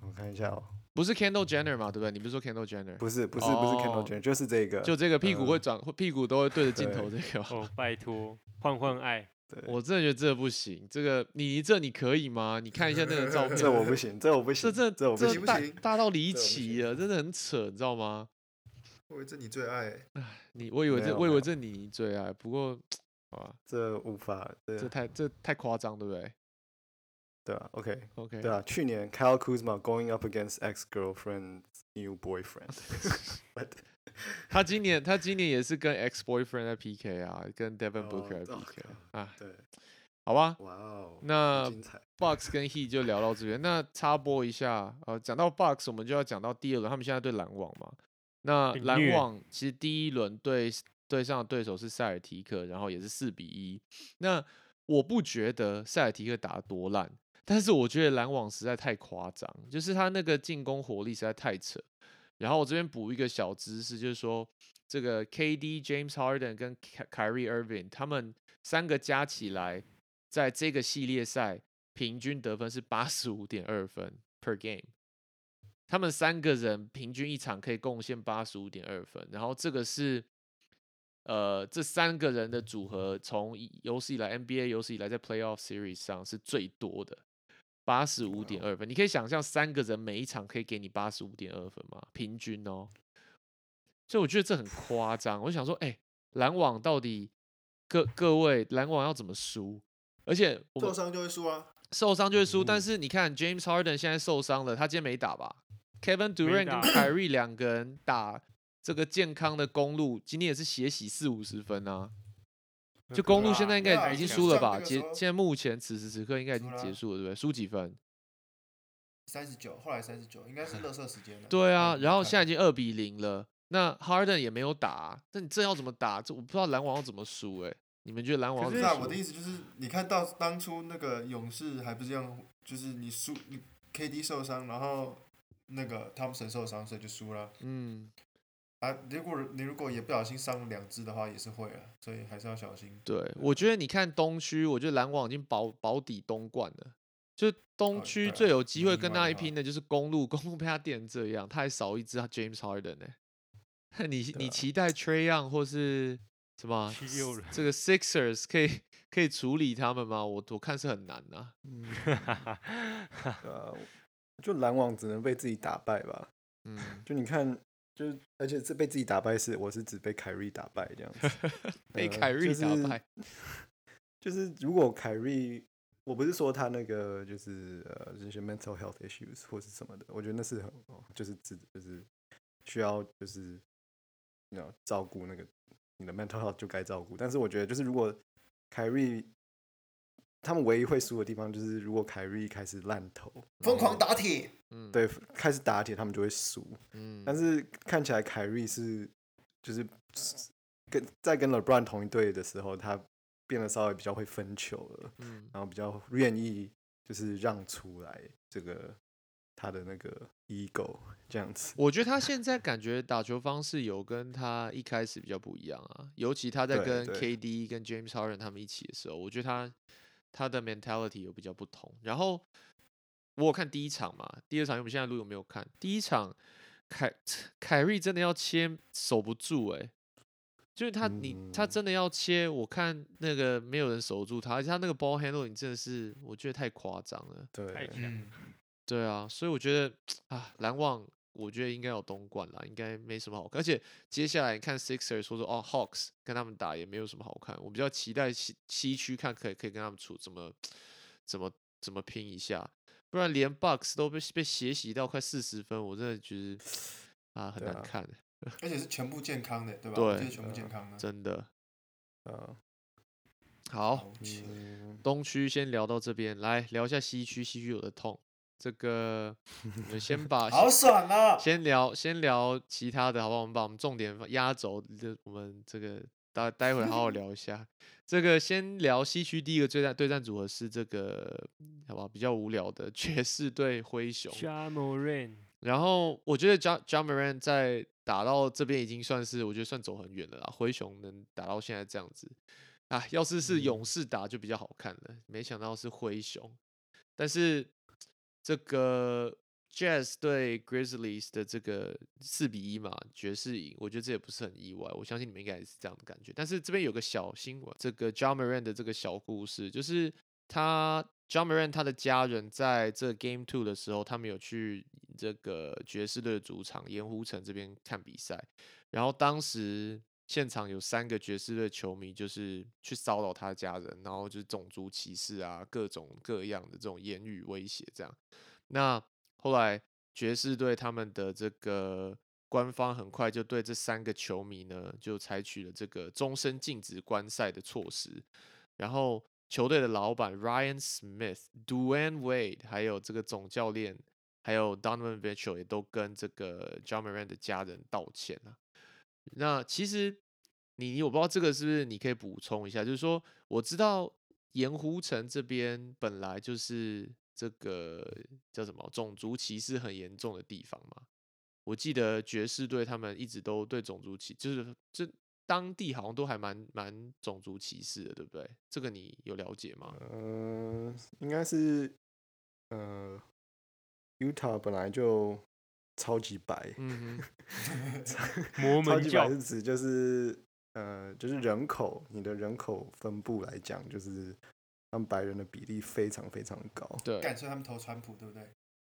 我看一下哦， 不是 Kendall Jenner 嘛，对不对？你不是说 Kendall Jenner？ 不是不是不是 Kendall 哦 Jenner，就是这个， 就这个屁股会呃转，会屁股都会对着镜头对这个吗。 哦，拜托，换换爱， 对， 我真的觉得这不行，这个你这你可以吗？你看一下那个照片， 这我不行，这我不行， 这这这我不行这大不行大到离这我不奇了，真的很扯，你知道吗？ 我以为这你最爱欸， 你我以为没有没有这我以为这你最爱，不过好吧， 这无法， 这这太这太夸张，对不对对啊，OK， ？OK， 对啊，去年 Kyle Kuzma going up against ex girlfriend's new boyfriend， 他今年他今年也是跟 ex boyfriend 在 P K 啊，跟 Devin 哦 Booker 在哦 P K 靠啊， 对， 好吧， 哇哦， 那好精彩， Bucks 跟 Heat 就聊到这边。那插播一下，呃，讲到 Bucks，我们就要讲到第二轮，他们现在对篮网嘛。那篮很虐网其实第一轮对对上的对手是塞尔提克，然后也是四比一。那我不觉得塞尔提克打得多烂，但是我觉得篮网实在太夸张，就是他那个进攻火力实在太扯。然后我这边补一个小知识，就是说这个 K D、James Harden 跟 Kyrie Irving 他们三个加起来，在这个系列赛平均得分是八十五点二分 per game。他们三个人平均一场可以贡献八十五点二分，然后这个是呃这三个人的组合从有史以来 N B A 有史以来在 Playoff Series 上是最多的。八十五点二分，你可以想象三个人每一场可以给你八十五点二分吗？平均哦，所以我觉得这很夸张。我想说，哎、欸，篮网到底各各位篮网要怎么输？而且我们受伤就会输啊。 受伤就会输， 嗯但是你看 James Harden 现在受伤了，他今天没打吧 ？Kevin Durant 跟打 Kyrie 两个人打这个健康的公路，今天也是血洗四五十分啊。就公路现在应对啊该已经就输了吧？ 像那个时候结现在目前此时此刻应该已经输了结束了，对不对？输几分？ 三十九，后来三十九，应该是乐色时间了。 对啊，然后现在已在经二比零了。那 Harden 也没有打、啊，那你这要怎么打？这我不知道篮网要怎么输哎、欸。你们觉得篮网要不是啊， 怎么输？ 我的意思就是，你看到当初那个勇士还不是这样，就是你输，你 K D 受伤，然后那个汤普森受伤，所以就输了。 嗯， 啊，如果你如果也不小心伤了两只的话，也是会啊，所以还是要小心。 对，我觉得你看东区，我觉得篮网已经保保底东冠了。就东哦对啊区最有机会没跟意外的话他一拼的就是公路，公路被他电成这样，他还少一支 James Harden 呢、欸。你你对啊期待 Trey Young 或是什么七六人这个 Sixers 可以可以处理他们吗？我我看是很难呐、 嗯，对啊，就篮网只能被自己打败吧。 嗯， 就你看，就是而且这被自己打败是我是指被凯瑞打败这样子， 被呃凯瑞打就是败。 就是如果凯瑞，我不是说他那个就是呃这些 mental health issues 或是什么的，我觉得那是很哦就是指就是需要就是你要照顾那个你的 mental health 就该照顾，但是我觉得就是如果凯瑞他们唯一会输的地方就是如果凯瑞开始烂投， 疯狂打铁， 嗯， 对，开始打铁他们就会输， 嗯， 但是看起来凯瑞是就是跟在跟 LeBron 同一队的时候，他变得稍微比较会分球了， 嗯， 然后比较愿意就是让出来这个他的那个 ego 这样子。 我觉得他现在感觉打球方式有跟他一开始比较不一样啊，尤其他在对跟对 K D 跟 James Harden 他们一起的时候，我觉得他他的 mentality 有比较不同。然后我有看第一场嘛，第二场我们现在录有没有看？第一场凯凯瑞真的要切守不住哎、欸，就是他你他嗯真的要切，我看那个没有人守住他，而且他那个 ball handling 真的是我觉得太夸张了。 对， 太强。 嗯， 对啊，所以我觉得啊，篮网我觉得应该有东莞啦，应该没什么好看。而且接下来你看 Sixers 说说哦 Hawks 跟他们打也没有什么好看，我比较期待西西区看可以可以跟他们处怎么怎么怎么拼一下，不然连 Bucks 都被被血洗到快四十分，我真的觉得啊很对啊难看， 而且是全部健康的，对吧？ 对我记得全部健康的。 真的。 呃， 好， 好气嗯， 东区先聊到这边，来聊一下西区，西区有的痛。这个我们先把好爽啊！ 先聊先聊其他的，好不好？我们把我们重点放压轴，这我们这个待待会好好聊一下。这个先聊西区第一个对战对战组合是这个，好不好？比较无聊的爵士对灰熊。 Ja Morant 然后我觉得 Ja Ja Morant 在打到这边已经算是我觉得算走很远了啦。灰熊能打到现在这样子啊，要是是勇士打就比较好看了，没想到是灰熊。但是这个 Jazz 对 Grizzlies 的这个四比一嘛，爵士赢，我觉得这也不是很意外，我相信你们应该也是这样的感觉。但是这边有个小新闻，这个 Ja Morant 的这个小故事，就是他 Ja Morant 他的家人在这 Game Two 的时候，他们有去这个爵士队的主场盐湖城这边看比赛，然后当时现场有三个爵士队球迷，就是去骚扰他的家人，然后就是种族歧视啊，各种各样的这种言语威胁这样。那后来爵士队他们的这个官方很快就对这三个球迷呢，就采取了这个终身禁止观赛的措施。然后球队的老板 Ryan Smith、Dwayne Wade，还有这个总教练，还有 Donovan Mitchell 也都跟这个 Ja Morant 的家人道歉了。那其实你我不知道这个是不是你可以补充一下，就是说我知道盐湖城这边本来就是这个叫什么种族歧视很严重的地方嘛。我记得爵士队他们一直都对种族歧，就是这当地好像都还蛮蛮种族歧视的，对不对？这个你有了解吗？ 呃，应该是呃，Utah 本来就超级白， 嗯摩门教超级白是指就是呃，就是人口，你的人口分布来讲，就是他们白人的比例非常非常高。 哼，对， 感受他们投川普，对不对？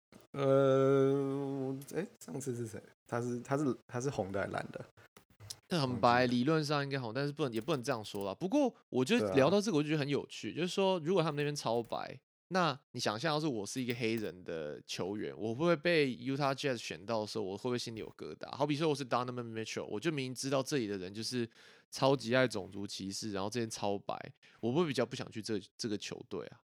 呃，哎、上次是谁？他是他是他是红的还是蓝的？ 那很白，理论上应该好，但是不能也不能这样说啦。不过我觉得对啊聊到这个，我就觉得很有趣，就是说，如果他们那边超白，那你想象要是我是一个黑人的球员，我会不会被 Utah Jazz 选到的时候，我会不会心里有疙瘩？好比说我是 Donovan Mitchell，我就明明知道这里的人就是超级爱种族歧视，然后这边超白，我会不会比较不想去这这个球队啊？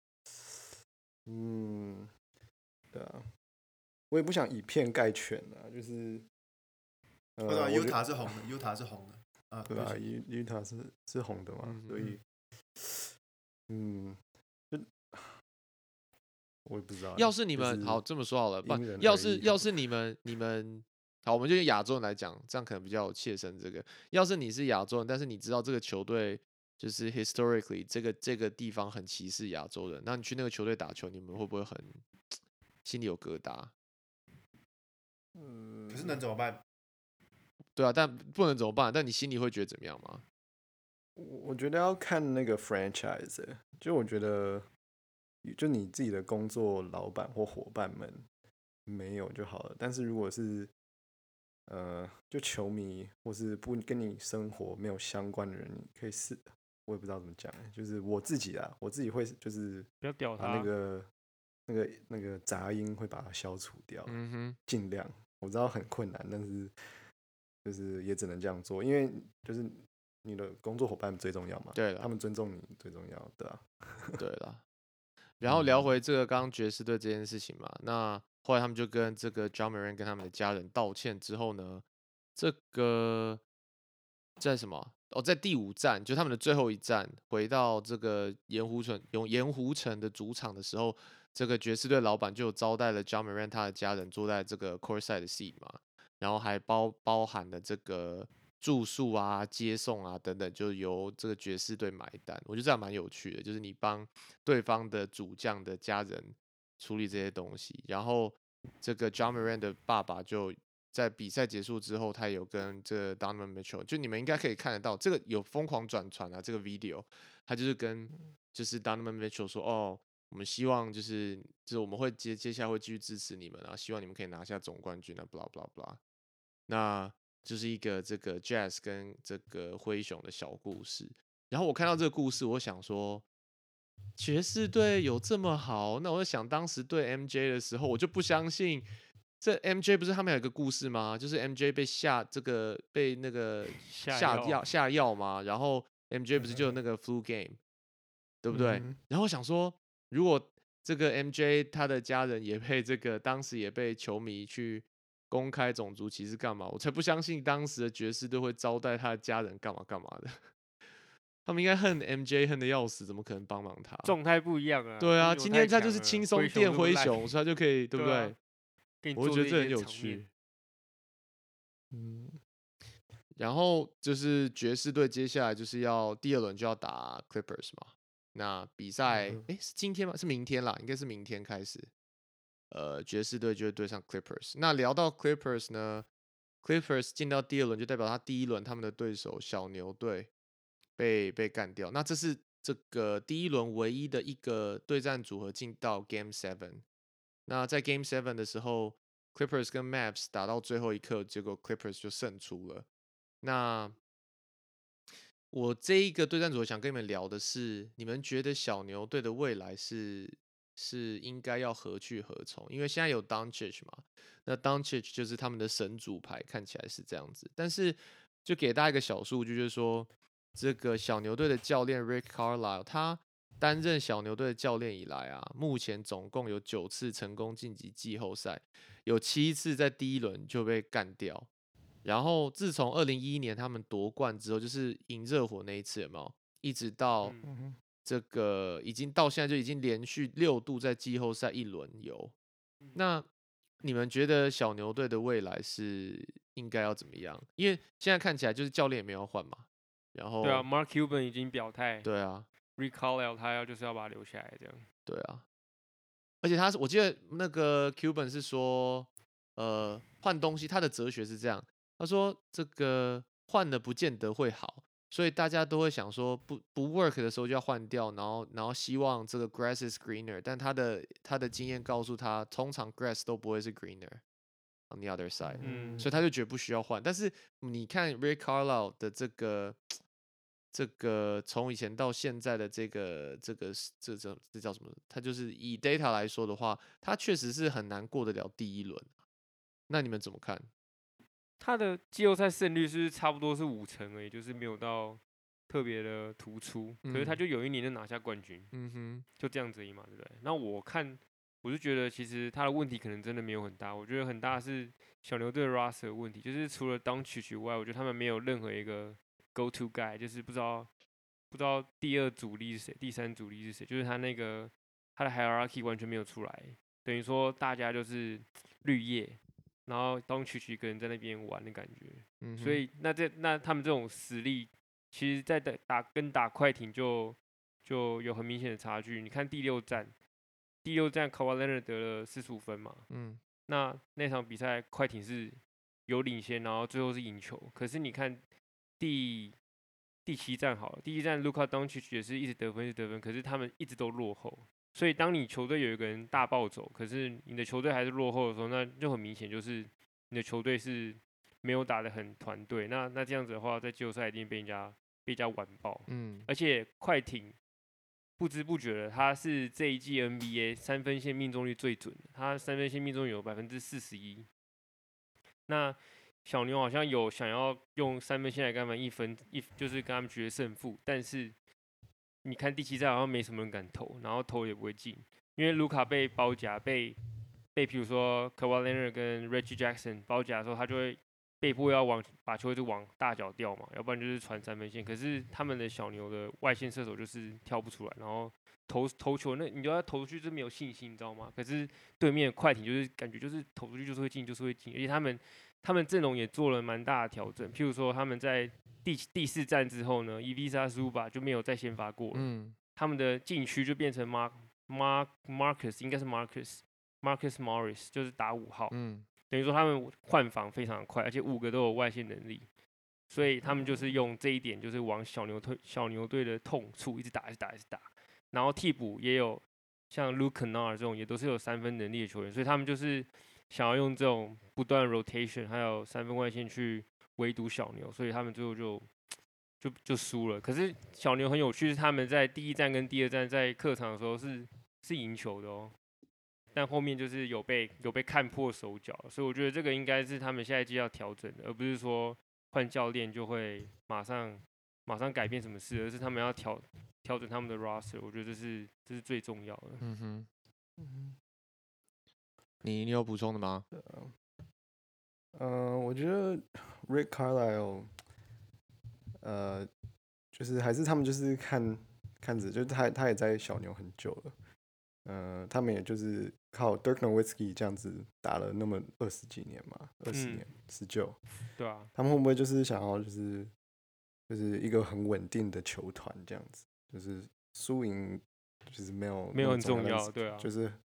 嗯，对啊，我也不想以偏概全啊，就是呃， 对啊我觉 ，Utah 是红的，Utah 是红的啊， 对啊不起 ，U Utah 是是红的嘛， 嗯所以嗯，就我也不知道欸。 要是你就是们好这么说好了，不因人， 要而异好是要是你们你们好，我们就用亚洲人来讲，这样可能比较有切身。这个，要是你是亚洲人，但是你知道这个球队就是 historically 这个这个地方很歧视亚洲人，那你去那个球队打球，你们会不会很心里有疙瘩？ 嗯， 可是能怎么办？ 对啊，但不能怎么办？但你心里会觉得怎么样吗？ 我我觉得要看那个 franchise，欸就我觉得，就你自己的工作老板或伙伴们没有就好了。但是如果是呃，就球迷或是不跟你生活没有相关的人，你可以试。我也不知道怎么讲欸，就是我自己啊，我自己会就是不要屌把他。 那个那个那个杂音会把它消除掉， 嗯哼， 尽量。我知道很困难，但是就是也只能这样做，因为就是你的工作伙伴最重要嘛， 对了他们尊重你最重要，对啊。 对了。然后聊回这个刚刚爵士队这件事情嘛，那后来他们就跟这个 Ja Morant 跟他们的家人道歉之后呢，这个在什么？哦，在第五站，就他们的最后一站，回到这个盐湖城用盐湖城的主场的时候，这个爵士队老板就有招待了 Ja Morant 他的家人坐在这个 courtside 的 seat 嘛，然后还包包含了这个住宿啊、接送啊等等，就由这个爵士队买单。我觉得这样蛮有趣的，就是你帮对方的主将的家人处理这些东西，然后这个 Ja Morant 的爸爸就在比赛结束之后，他有跟这个 Donovan Mitchell，就你们应该可以看得到，这个有疯狂转传啊，这个 video，他就是跟就是 Donovan Mitchell 说，哦，我们希望就是就是我们会接接下来会继续支持你们啊，希望你们可以拿下总冠军啊，blah blah blah。那就是一个这个 Jazz 跟这个灰熊的小故事。然后我看到这个故事，我想说，爵士队有这么好？那我就想当时对 M J 的时候，我就不相信。这 M J 不是他们有一个故事吗？就是 M J 被下这个被那个下药下药下药嘛，然后 M J 不是就有那个 flu game，对不对？ 嗯然后我想说，如果这个 M J 他的家人也被这个当时也被球迷去公开种族歧视干嘛？我才不相信当时的爵士队会招待他的家人干嘛干嘛的。他们应该恨 M J 恨的要死，怎么可能帮忙他？ 状态不一样啊。 对啊， 灰熊今天他就是太强了轻松灰熊电这么烂灰熊，所以他就可以，对不对啊对？ 给你我就觉得这很有做这些场面趣。 嗯， 然后就是爵士队接下来就是要第二轮就要打 Clippers 嘛。那比赛嗯诶是今天吗？是明天啦，应该是明天开始。 呃爵士队就会对上 Clippers。那聊到 Clippers 呢 ，Clippers 进到第二轮就代表他第一轮他们的对手小牛队被被干掉。那这是这个第一轮唯一的一个对战组合进到 Game Seven。那在 Game Seven 的时候 ，Clippers 跟 Mavs 打到最后一刻，结果 Clippers 就胜出了。那我这一个对战组合想跟你们聊的是，你们觉得小牛队的未来是是应该要何去何从？因为现在有 Doncic 嘛，那 Doncic 就是他们的神主牌，看起来是这样子。但是就给大家一个小数据，就是说这个小牛队的教练 Rick Carlisle，他担任小牛队的教练以来啊，目前总共有九次成功晋级季后赛，有七次在第一轮就被干掉。然后自从二零一一年他们夺冠之后，就是赢热火那一次，有没有？一直到嗯这个已经到现在就已经连续六度在季后赛一轮游。那你们觉得小牛队的未来是应该要怎么样？因为现在看起来就是教练也没有换嘛。然后对啊，Mark Cuban 已经表态， 对啊， ，Rick Carlisle 他要就是要把他留下来这样。 对啊，而且他是我记得那个 Cuban 是说，呃，换东西他的哲学是这样，他说这个换的不见得会好，所以大家都会想说不不 work 的时候就要换掉，然后然后希望这个 grass is greener，但他的他的经验告诉他，通常 grass 都不会是 greener on the other side，、 嗯所以他就觉得不需要换。但是你看 Rick Carlisle 的这个这个从以前到现在的这个这个这这这叫什么？他就是以 data 来说的话，他确实是很难过得了第一轮。那你们怎么看？ 他的季后赛胜率是不是差不多是五成而已，就是没有到特别的突出。可是他嗯就有一年就拿下冠军， 嗯哼， 就这样子而已嘛，对不对？那我看，我就觉得其实他的问题可能真的没有很大，我觉得很大的是小牛队的 roster 的问题，就是除了Doncic以外，我觉得他们没有任何一个 go to guy，就是不知道不知道第二主力是谁，第三主力是谁，就是他那个他的 hierarchy 完全没有出来，等于说大家就是绿叶，然后Doncic一个人在那边玩的感觉。 嗯哼， 所以那这那他们这种实力，其实在打打跟打快艇就就有很明显的差距。你看第六战，第六战 Kawhi Leonard 得了四十五分嘛， 嗯那那场比赛快艇是有领先，然后最后是赢球。可是你看第第七战好了，第一战 Luka Doncic 也是一直得分，一直得分，可是他们一直都落后。所以当你球队有一个人大暴走，可是你的球队还是落后的时候，那就很明显就是你的球队是没有打得很团队。那那这样子的话，在季后赛一定被人家被人家完爆。 嗯而且快艇不知不觉的，他是这一季 N B A 三分线命中率最准的，他三分线命中率有百分之四十一。那小牛好像有想要用三分线来跟他们一分一，就是跟他们决胜负，但是你看第七战好像没什么人敢投，然后投也不会进，因为卢卡被包夹，被被比如说 Kawhi Leonard 跟 Reggie Jackson 包夹的时候，他就会被迫要往把球一直往大脚掉嘛，要不然就是传三分线。可是他们的小牛的外线射手就是跳不出来，然后投投球那你就要投出去就没有信心，你知道吗？可是对面的快艇就是感觉就是投出去就是会进，就是会进，而且他们他们阵容也做了蛮大的调整，譬如说他们在第第四战之后呢 ，Ivica Zubac 就没有再先发过了， 嗯他们的禁区就变成 Mark Mark Marcus 应该是 Marcus Marcus Morris 就是打五号， 嗯等于说他们换防非常快，而且五个都有外线能力，所以他们就是用这一点，就是往小牛队小牛队的痛处一直打，一直打，一直打。然后替补也有像 Luke Kennard 这种，也都是有三分能力的球员，所以他们就是想要用这种不断 rotation 还有三分外线去围堵小牛，所以他们最后就就就输了。可是小牛很有趣，是他们在第一站跟第二站在客场的时候是是赢球的哦。但后面就是有被有被看破手脚，所以我觉得这个应该是他们下一季要调整的，而不是说换教练就会马上马上改变什么事，而是他们要调调整他们的 roster。我觉得这是这是最重要的。 嗯哼，嗯你你有补充的吗？ 嗯、我觉得 Rick Carlisle，呃，就是还是他们就是看看着，就是他他也在小牛很久了，呃，他们也就是靠 Dirk Nowitzki 这样子打了那么二十几年嘛，二十嗯年十九， 对啊， 他们会不会就是想要就是就是一个很稳定的球团这样子，就是输赢就是没有没有很重那么但是要对啊就是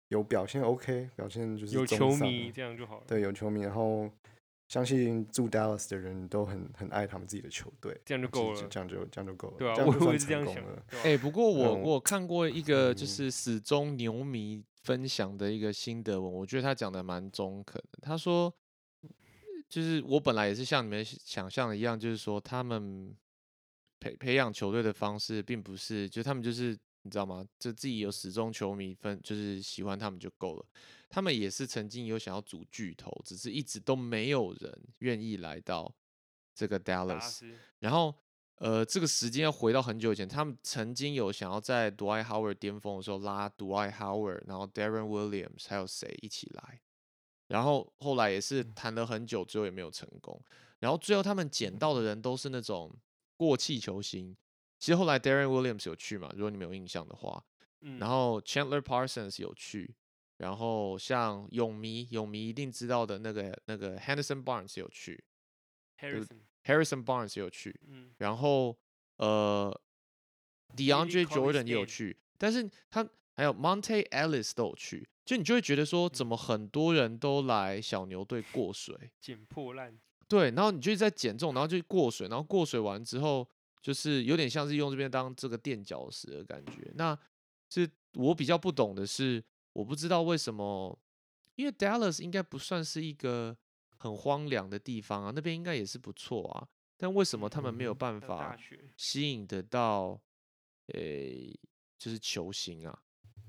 有表现 OK，表现就是有中上球迷这样就好了。 对，有球迷，然后相信住 Dallas 的人都很很爱他们自己的球队， 这样就其实够了就这样就这样就够了， 对啊， 这样就算我我也是这样想的成功了。， 对哎、 吧？ 不过我嗯我有看过一个就嗯是死忠牛迷分享的一个心得文，我觉得他讲的蛮中肯的。他说，就是我本来也是像你们想象的一样，就是说他们培培养球队的方式，并不是就他们就是你知道吗？就自己有死忠球迷分，就是喜欢他们就够了。他们也是曾经有想要组巨头，只是一直都没有人愿意来到这个达 Dallas。 斯然后，呃，这个时间要回到很久以前，他们曾经有想要在 Dwight Howard 巅峰的时候拉 Dwight Howard，然后 Darren Williams 还有谁一起来，然后后来也是谈了很久，最后也没有成功。然后最后他们捡到的人都是那种过气球星。其实后来 Darren Williams 有去嘛，如果你们有印象的话， 嗯， 然后 Chandler Parsons 有去，然后像泳迷，泳迷一定知道的那个那个 Henderson Barnes 有去 Harrison， ，Harrison Barnes 也有去， 嗯然后呃 DeAndre Collins Jordan 也有 Game 去，但是他还有 Monte Ellis 都有去，就你就会觉得说，怎么很多人都来小牛队过水？ 捡破烂， 对，然后你就一直在减重，然后就过水，然后过水完之后，就是有点像是用这边当这个垫脚石的感觉。那是我比较不懂的是，我不知道为什么，因为 Dallas 应该不算是一个很荒凉的地方啊，那边应该也是不错啊，但为什么他们没有办还有大法学， 吸引得到，诶、就是球星啊？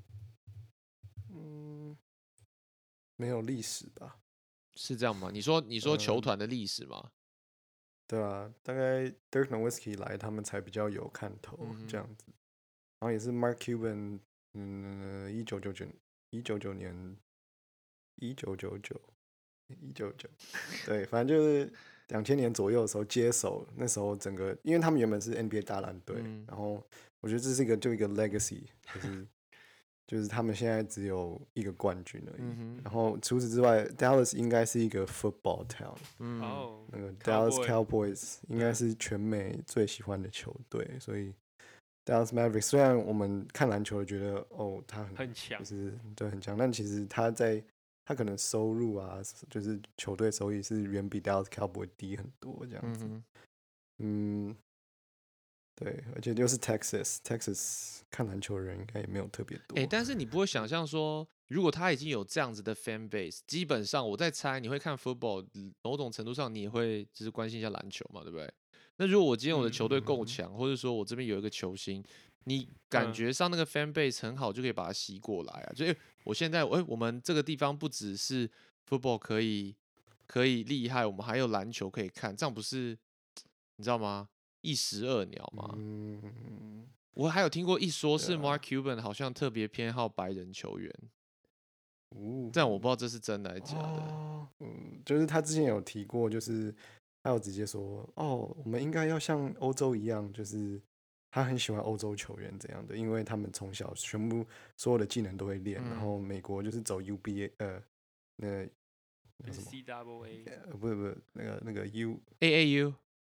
嗯，没有历史吧？ 是这样吗？你说你说球嗯团的历史吗？ 对啊，大概 Dirk Nowitzki 来，他们才比较有看头嗯哼这样子。然后也是 Mark Cuban，嗯，一九九九一九九年一九九九一九九，对，反正就是两千年左右的时候接手，那时候整个，因为他们原本是 N B A 大烂队， 嗯然后我觉得这是一个就一个 legacy，就是就是他们现在只有一个冠军而已。 嗯哼然后除此之外，Dallas 应该是一个 football town， 嗯， 哦， 那个 Dallas Cowboy Cowboys 应该是全美最喜欢的球队，所以 Dallas Mavericks 虽然我们看篮球觉得哦他很很强就，是对很强，但其实他在他可能收入啊，就是球队收益是远比 Dallas Cowboys 低很多这样子。 嗯哼。 嗯，对，而且又是 Texas，Texas 看篮球的人应该也没有特别多。 哎、但是你不会想象说，如果他已经有这样子的 fan base，基本上我在猜，你会看 football，某种程度上你也会就是关心一下篮球嘛，对不对？那如果我今天我的球队够嗯强，或者说我这边有一个球星，你感嗯觉上那个 fan base 很好，就可以把它吸过来啊。就诶我现在，哎、我们这个地方不只是 football 可以可以厉害，我们还有篮球可以看，这样不是你知道吗？一石二鸟吗？ 嗯， 我还有听过一说是对啊 Mark Cuban 好像特别偏好白人球员， 哦， 但我不知道这是真的还是假的。 哦，嗯，就是他之前有提过，就是他有直接说，哦，我们应该要像欧洲一样，就是他很喜欢欧洲球员这样的，因为他们从小全部所有的技能都会练，然嗯后美国就是走 U B A，呃，那那什么， C W A 呃，不是不是那个那个 U A A U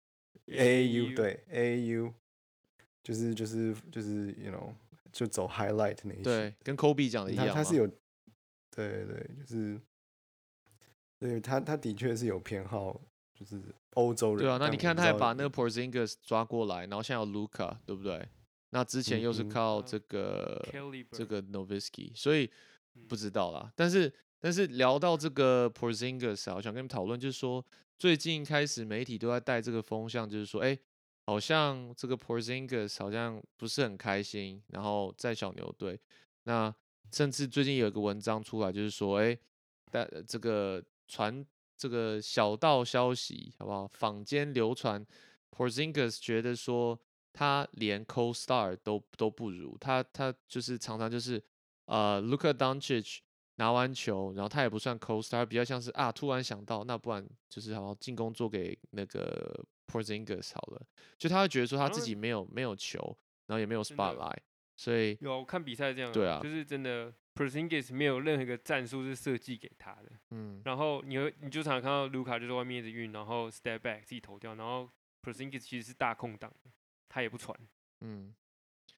A A U 对 A A U，就是就是就是 you know 就走 highlight 那一对些，， 跟 Kobe 讲的一样吗他他是有，对对，就是，对他他的确是有偏好，就是欧洲人。 对啊，那但你看我不知道他还把那个 Porzingis 抓过来，然后现在有 Luca，对不对？那之前又是嗯哼靠呃这个 Caliber 这个 Nowitzki，所以嗯不知道啦。但是但是聊到这个 Porzingis 啊，我想跟你们讨论，就是说最近开始媒体都在带这个风向，就是说，哎，好像这个 Porzingis 好像不是很开心，然后在小牛队，那甚至最近有一个文章出来，就是说，哎，但这个传这个小道消息，好不好？坊间流传 Porzingis 觉得说他连 co-star 都都不如，他他就是常常就是呃 Luka Doncic 拿完球，然后他也不算 co-star，比较像是啊突然想到，那不然就是好好进攻做给那个 Porzingis 好了，就他会觉得说他自好像己没有没有球，然后也没有真的 spotlight，所以有我看比赛这样， 对啊就是真的 Porzingis 没有任何一个战术是设计给他的， 嗯然后你会你就常常看到卢卡就在外面一直运，然后 step back 自己投掉，然后 Porzingis 其实是大空档的，他也不传， 嗯。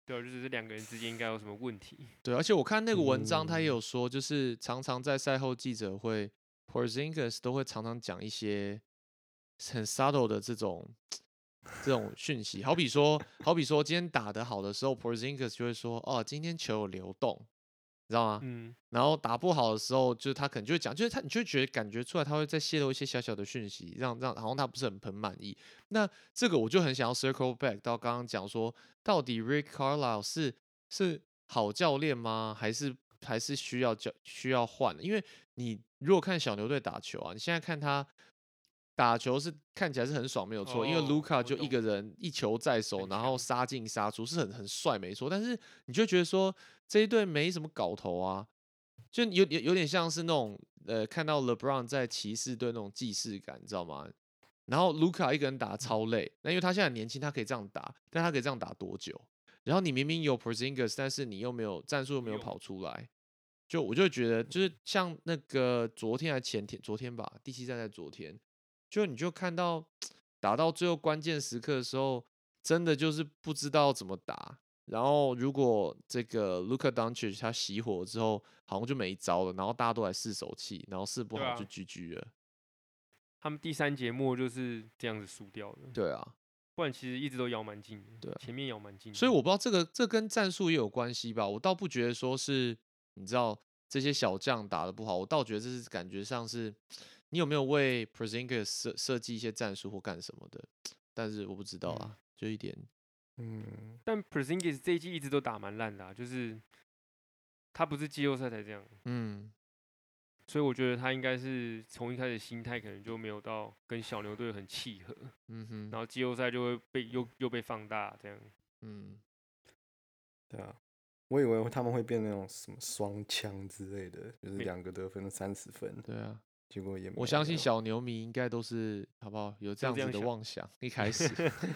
对啊，就是这两个人之间应该有什么问题。 对，而且我看那个文章，他也嗯有说，就是常常在赛后记者会 ，Porzingis 都会常常讲一些很 subtle 的这种这种讯息，好比说，好比说今天打得好的时候，Porzingis 就会说，哦，今天球有流动，你知道吗？ 嗯， 然后打不好的时候，就是他可能就会讲，就是他，你就会觉得感觉出来，他会在泄露一些小小的讯息，让让好像他不是很很满意。那这个我就很想要 circle back 到刚刚讲说，到底 Rick Carlisle 是是好教练吗？还是还是需要教需要换的？因为你如果看小牛队打球啊，你现在看他打球是看起来是很爽，没有错，因为哦， 卢卡我就一个懂人一球在手， 很强然后杀进杀出，是很很帅，没错。但是你就觉得说这一队没什么搞头啊，就有有有点像是那种呃，看到 LeBron 在骑士队那种既视感，你知道吗？然后卢卡一个人打超累，那因为他现在很年轻，他可以这样打，但他可以这样打多久？然后你明明有 Porzingis，但是你又没有战术又没有用跑出来，就我就会觉得，就是像那个昨天还前天，昨天吧，第七站在昨天，就你就看到打到最后关键时刻的时候，真的就是不知道怎么打。然后如果这个 Luka Doncic 他熄火之后，好像就没招了，然后大家都来试手气，然后试不对啊好就 G G 了。 他们第三节末就是这样子输掉的， 对啊， 不然其实一直都咬蛮近的， 对啊前面咬蛮近的。 所以我不知道这个这跟战术也有关系吧？我倒不觉得说是，你知道这些小将打得不好，我倒觉得这是感觉上是，你有没有为 Porzingis 设设计一些战术或干什么的？但是我不知道嗯啊，就一点， 嗯， 但 Porzingis 这一季一直都打蛮烂的、啊，就是他不是季后赛才这样， 嗯， 所以我觉得他应该是从一开始心态可能就没有到跟小牛队很契合， 嗯哼， 然后季后赛就会被又又被放大这样。 嗯， 对啊，我以为他们会变那种什么双枪之类的，就是没两个得分三十分， 对啊， 结果也没我相信有小牛迷应该都是好不好？有这样子的都这样想妄想，一开始，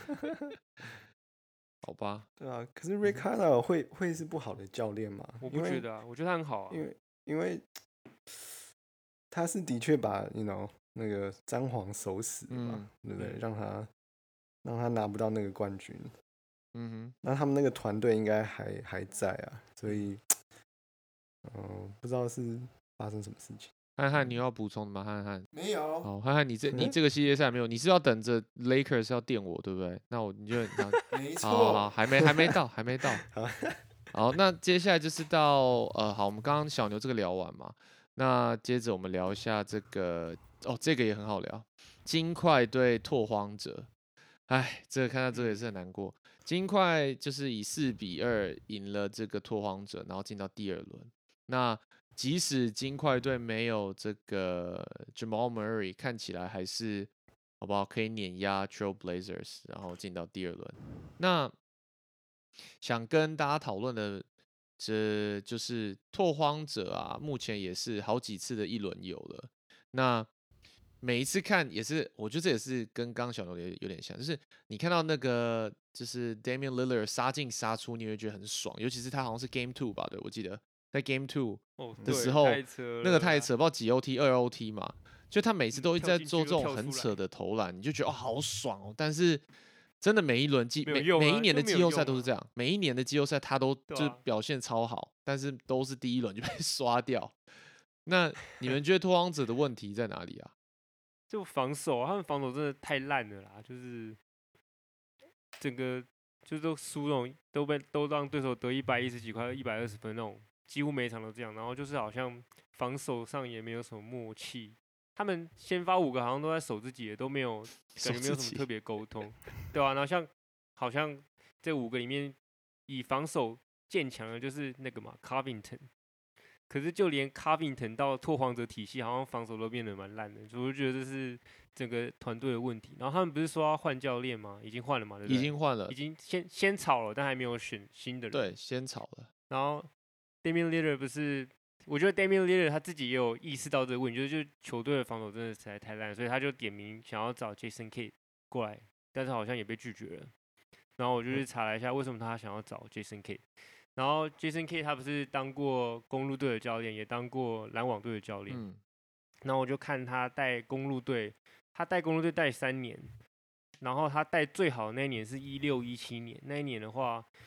好吧， 对啊，可是 Rick Carlisle 会会是不好的教练吗？ 我因为不觉得啊，我觉得他很好啊因。为因为他是的确把 you know 那个詹皇守死的嘛， 嗯对不对？ 嗯让他让他拿不到那个冠军， 嗯哼， 那他们那个团队应该还还在啊，所以嗯、不知道是发生什么事情。 汉汉，你有要补充的吗？汉汉。 没有， 好，汉汉，你这你这个系列赛没有，你是要等着 Lakers 要电我，对不对？那我你就好， 没好好好， 错， 还没还没到，还没到。 好， 好，那接下来就是到呃，好，我们刚刚小牛这个聊完嘛，那接着我们聊一下这个，哦，这个也很好聊，金块对拓荒者。哎，这个看到这个也是很难过。金块就是以四比二赢了这个拓荒者，然后进到第二轮。那即使金块队没有这个 Jamal Murray，看起来还是好不好可以碾压 Trail Blazers，然后进到第二轮。那想跟大家讨论的，这就是拓荒者啊，目前也是好几次的一轮游了。那每一次看也是，我觉得这也是跟刚刚小牛有有点像，就是你看到那个就是 Damian Lillard 杀进杀出，你会觉得很爽，尤其是他好像是 Game Two 吧，对我记得在 Game Two 哦，对的时候太扯了啦那个太扯，不知道几 O T 二 O T 嘛，就他每次嗯都一直在跳进去又做这种跳出来很扯的投篮，你就觉得哦好爽哦，但是。真的每一轮季每没有用啊每一年的就没有季后赛用啊都是这样，每一年的季后赛他都就是对啊表现超好，但是都是第一轮就被刷掉。那你们觉得拓荒者的问题在哪里啊？ 就防守啊，他们防守真的太烂了啦，就是整个就是都输那种，都被都让对手得一百一十几块、一百二十分那种，几乎每一场都这样。然后就是好像防守上也没有什么默契，他们先发五个好像都在守自己的，都没有感觉没有什么特别沟通，对啊，然后像好像这五个里面以防守见强的就是那个嘛 Covington。可是就连 Covington 到拓荒者体系，好像防守都变得蛮烂的，所以我就觉得这是整个团队的问题。然后他们不是说要换教练吗？已经换了嘛，对不对？ 已经换了已，经先先炒了，但还没有选新的人。 对，先炒了。 然后 Damian Lillard 不是，我觉得 Damian Lillard 他自己也有意识到这个问题，就是就是球队的防守真的实在太烂，所以他就点名想要找 Jason Kidd 过来，但是好像也被拒绝了。然后我就去查了一下，为什么他想要找 Jason Kidd。然后 Jason Kidd 他不是当过公路队的教练，也当过篮网队的教练。 嗯， 然后我就看他带公路队，他带公路队带三年，然后他带最好的那一年是一六一七年，那一年的话，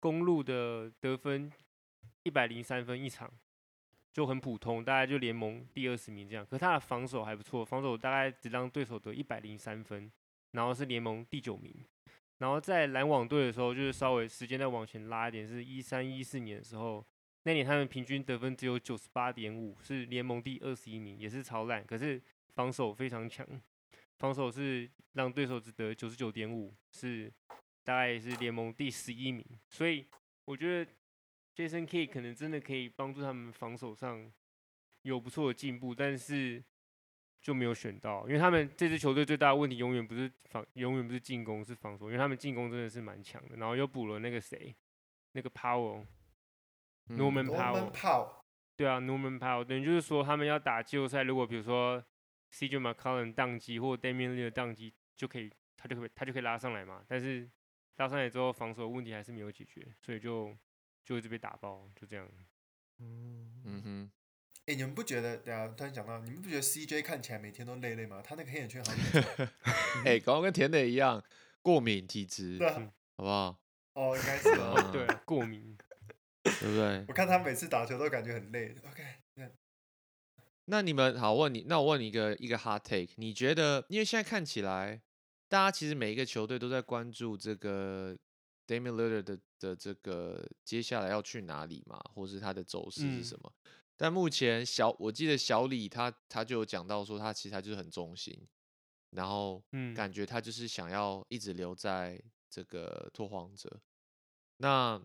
公路的得分一百零三分一场，就很普通，大概就联盟第二十名这样。可是他的防守还不错，防守大概只让对手得一百零三分，然后是联盟第九名。然后在篮网队的时候，就是稍微时间再往前拉一点，是一三一四年的时候，那年他们平均得分只有九十八点五，是联盟第二十一名，也是超烂，可是防守非常强，防守是让对手只得九十九点五，是大概是联盟第十一名。所以我觉得 Jason Kidd 可能真的可以帮助他们防守上有不错的进步，但是就没有选到，因为他们这支球队最大的问题永远不是防，永远不是进攻，是防守，因为他们进攻真的是蛮强的，然后又补了那个谁，那个 Powell，Norman、 嗯 Norman Powell， Powell， 对啊 ，Norman Powell， 等于就是说他们要打季后赛，如果比如说 C J McCollum 宕机或 Damian Lillard 宕机，就可以他就可以他就可以拉上来嘛，但是拉上来之后防守问题还是没有解决，所以就就一直被打爆，就这样。 嗯哼。 哎、欸，你们不觉得？对啊，突然讲到，你们不觉得 C J 看起来每天都累累吗？他那个黑眼圈好像哎、欸，刚刚跟田磊一样，过敏体质， 对啊， 好不好？ 哦，应该是哦。 嗯对，过敏， 对不对？ 我看他每次打球都感觉很累。OK， 那你们好问你，那我问你一个一个 hot take，你觉得？因为现在看起来，大家其实每一个球队都在关注这个 Damian Lillard 的的这个接下来要去哪里嘛，或是他的走势是什么？嗯、但目前小，我记得小李他他就有讲到说，他其实他就是很忠心，然后感觉他就是想要一直留在这个拓荒者。那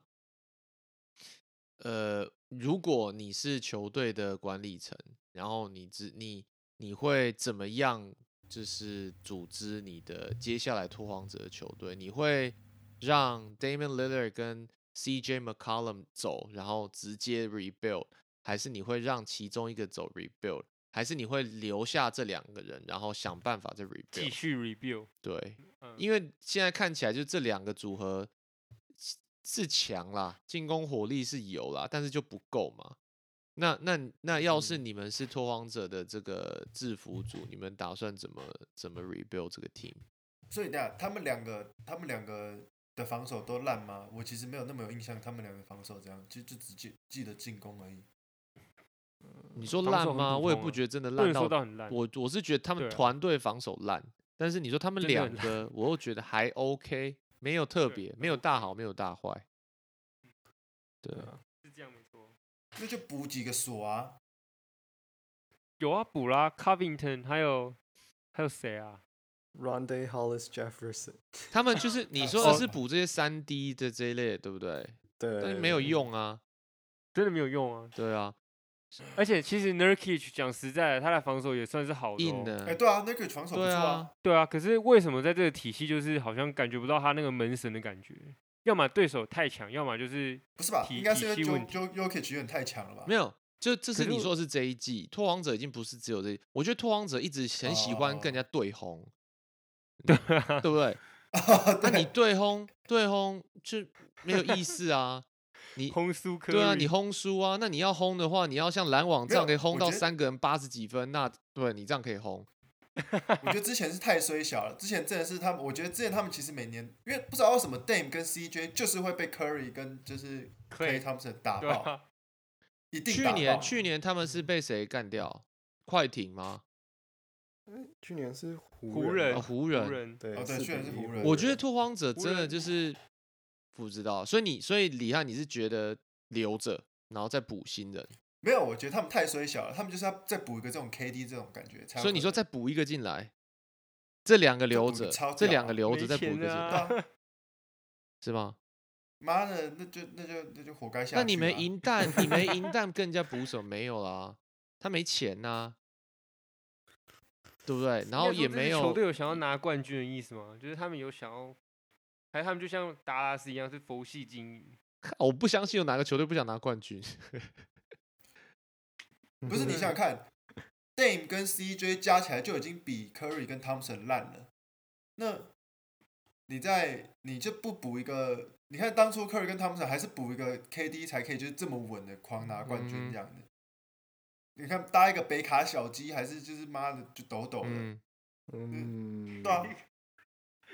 呃，如果你是球队的管理层，然后你只你你会怎么样？就是组织你的接下来拓荒者的球队，你会让 Damian Lillard 跟 C J McCollum 走，然后直接 rebuild， 还是你会让其中一个走 rebuild， 还是你会留下这两个人，然后想办法再 rebuild， 继续 rebuild？ 对，嗯、因为现在看起来就这两个组合是强啦，进攻火力是有啦，但是就不够嘛。那那那要是你们是拓荒者的这个制服组，你们打算怎么怎么 rebuild 这个 team？ 所以呢，他们两个他们两个的防守都烂吗？我其实没有那么有印象，他们两个防守这样，就就只记记得进攻而已。 你说烂吗？ 啊、 我也不觉得真的烂到， 到很烂。 我我是觉得他们团队防守烂，但是你说他们两个，我又觉得还 OK， 没有特别，没有大好，没有大坏。对啊， 是这样没错。 那就补几个锁啊。 有啊，补啦 ，Covington， 还有还有谁啊 ？Rondae Hollis Jefferson。 他们就是你说的是补这些三 D 的这一类，对不对？ 对。 但是没有用啊， 真的没有用啊。 对啊。 而且其实 Nurkic 讲实在的，他的防守也算是好的、哦， 硬的。 哎、欸，对啊 ，Nurkic 防守不错啊。 对啊，可是为什么在这个体系就是好像感觉不到他那个门神的感觉？要么对手太强，要么就是不是吧？应该是因为 Jokic 有点太强了吧？ 没有，就这是你说的是这一季拓荒者已经不是只有这一，我觉得拓荒者一直很喜欢跟人家对轰， 对啊， 对不对？那你对轰对轰就没有意思啊。你轰输科对啊，你轰输啊，那你要轰的话，你要像篮网这样可以轰到三个人八十几分，那对你这样可以轰。 我觉得之前是太衰小了，之前真的是他们，我觉得之前他们其实每年，因为不知道为什么 Dame 跟 C J 就是会被 Curry 跟就是 Klay Thompson 打爆， 啊、 一定打爆。 去年去年他们是被谁干掉？快艇吗？ 去年是湖人， 哦、湖人， 人对，哦对，去年是湖人。 我觉得拓荒者真的就是不知道，所以你所以李翰你是觉得留着，然后再补新人？ 没有，我觉得他们太衰小了，他们就是要再补一个这种 K D 这种感觉。 所以你说再补一个进来，这两个留着，这两个留着再补一个进来， 啊、是吗？ 妈的，那就那就那就活该下去、啊。 那你没银弹，你没银弹，跟人家补手没有啦，他没钱呐、啊，对不对？然后也没有球队有想要拿冠军的意思吗？就是他们有想要，还是他们就像达拉斯一样是佛系经营？ 我不相信有哪个球队不想拿冠军。 不是你想想看 ，Dame 跟 C J 加起来就已经比 Curry 跟 Thompson 烂了。那你在你就不补一个？你看当初 Curry 跟 Thompson 还是补一个 K D 才可以就是这么稳的狂拿冠军这样的。嗯、你看搭一个北卡小鸡还是就是妈的就抖抖的。嗯， 嗯对啊。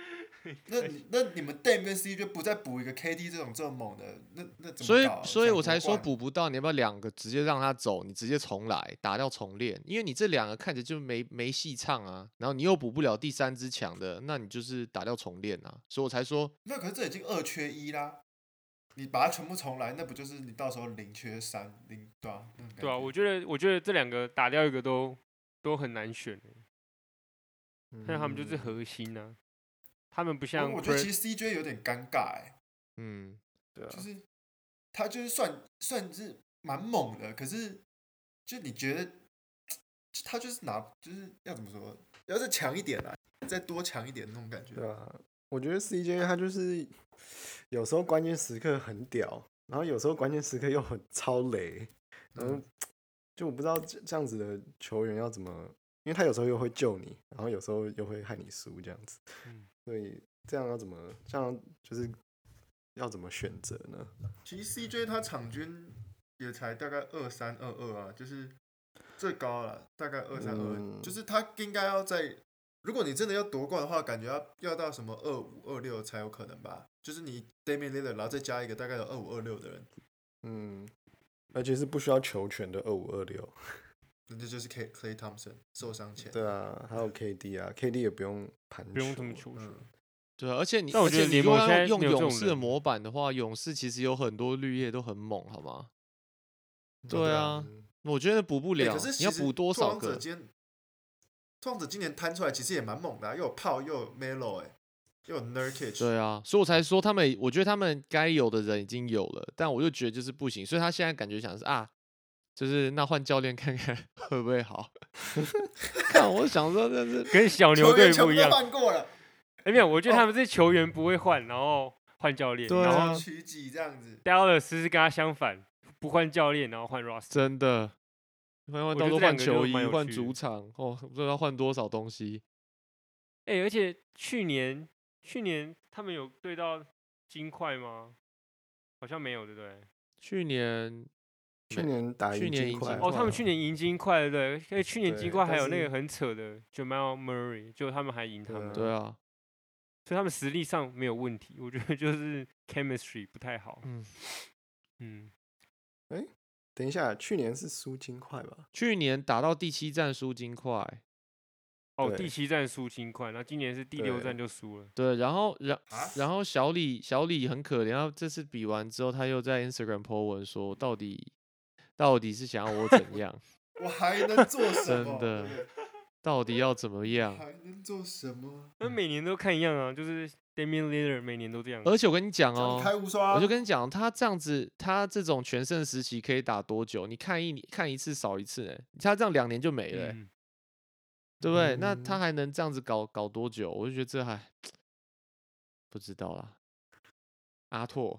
那你那你们 Dame 跟 C J 不再补一个 K D 这种这么猛的，那那怎么所以搞啊所以我才说想夺冠补不到，你要不要两个直接让他走，你直接重来，打掉重练？因为你这两个看起来就没没戏唱啊，然后你又补不了第三支强的，那你就是打掉重练啊，所以我才说没有，可是这已经二缺一啦。你把它全部重来，那不就是你到时候零缺三零对啊？那种感对啊， 觉我觉得我觉得这两个打掉一个都都很难选欸，但他们就是嗯核心啊，他们不像我我觉得 Chris- 其实 C J 有点尴尬哎、 嗯， 对啊就，是他就是算算是蛮猛的，可是就你觉得他就是拿就是要怎么说，要再强一点啦，再多强一点那种感觉。 对啊，我觉得 C J 他就是有时候关键时刻很屌，然后有时候关键时刻又很超雷，然后嗯就我不知道这这样子的球员要怎么，因为他有时候又会救你，然后有时候又会害你输这样子， 嗯所以这样要怎么，这样就是要怎么选择呢？ 其实 C J 他场均也才大概二三二二啊，就是最高了，大概二三二， 嗯就是他应该要在，如果你真的要夺冠的话，感觉要要到什么二五二六才有可能吧？就是你 Damian Lillard，然后再加一个大概有二五二六的人， 嗯，而且是不需要球权的二五二六。 那这就是 K Clay Thompson 受伤前。 对啊，还有 K D 啊，K D 也不用盘球， 不用这么球权。 嗯， 对啊，而且你但我觉得而且你如果联盟现在要用没有这种勇士的人模板的话，勇士其实有很多绿叶都很猛，好吗？对对啊啊， 嗯我觉得补不欸了，你要可是其实补多少拓荒者个？ 今天，拓荒者今年摊出来其实也蛮猛的、啊，又有炮又有 Melo 哎、又有 Nurkic。 对啊，所以我才说他们，我觉得他们该有的人已经有了，但我就觉得就是不行，所以他现在感觉想是啊，就是那换教练看看会不会好。看我想说，这是跟小牛球员全部都队不一样。 换过了， 哎，没有，我觉得哦他们这些球员不会换，然后换教练， 对然啊后取几这样子。 Dallas 是跟他相反，不换教练，然后换 Ross。 真的。换换我到时候换觉得这两个就球衣、换蛮有趣的主场，哦，不知道要换多少东西。 哎，而且去年去年他们有对到金块吗？好像没有，对不对？ 去年去没年打赢去年金块哦， 赢金块他们去年赢金块，对不对？因为去年金对但块还有那是个很扯的 Jamal Murray，就他们还赢他们， 对对啊， 所以他们实力上没有问题。我觉得就是 chemistry 不太好。 嗯， 嗯， 等一下，去年是输金块吧？ 去年打到第七战输金块， 哦， 对第七站输金块，然后今年是第六对站就输了。 对，然后然啊然后小李小李很可怜，然后这次比完之后，他又在 Instagram po 文说，到底到底是想要我怎样？ 我还能做什真么？ 的对不对到底要怎么样？ 还能做什么？ 那每年都看一样啊，就是 Damian Lillard 每年都这样。 而且我跟你讲让你哦， 开无双， 我就跟你讲，他这样子，他这种全盛时期可以打多久？你看一年看一次少一次呢？他这样两年就没了欸、 嗯， 对不对？那他嗯还能这样子搞搞多久？我就觉得这还不知道啦。阿拓，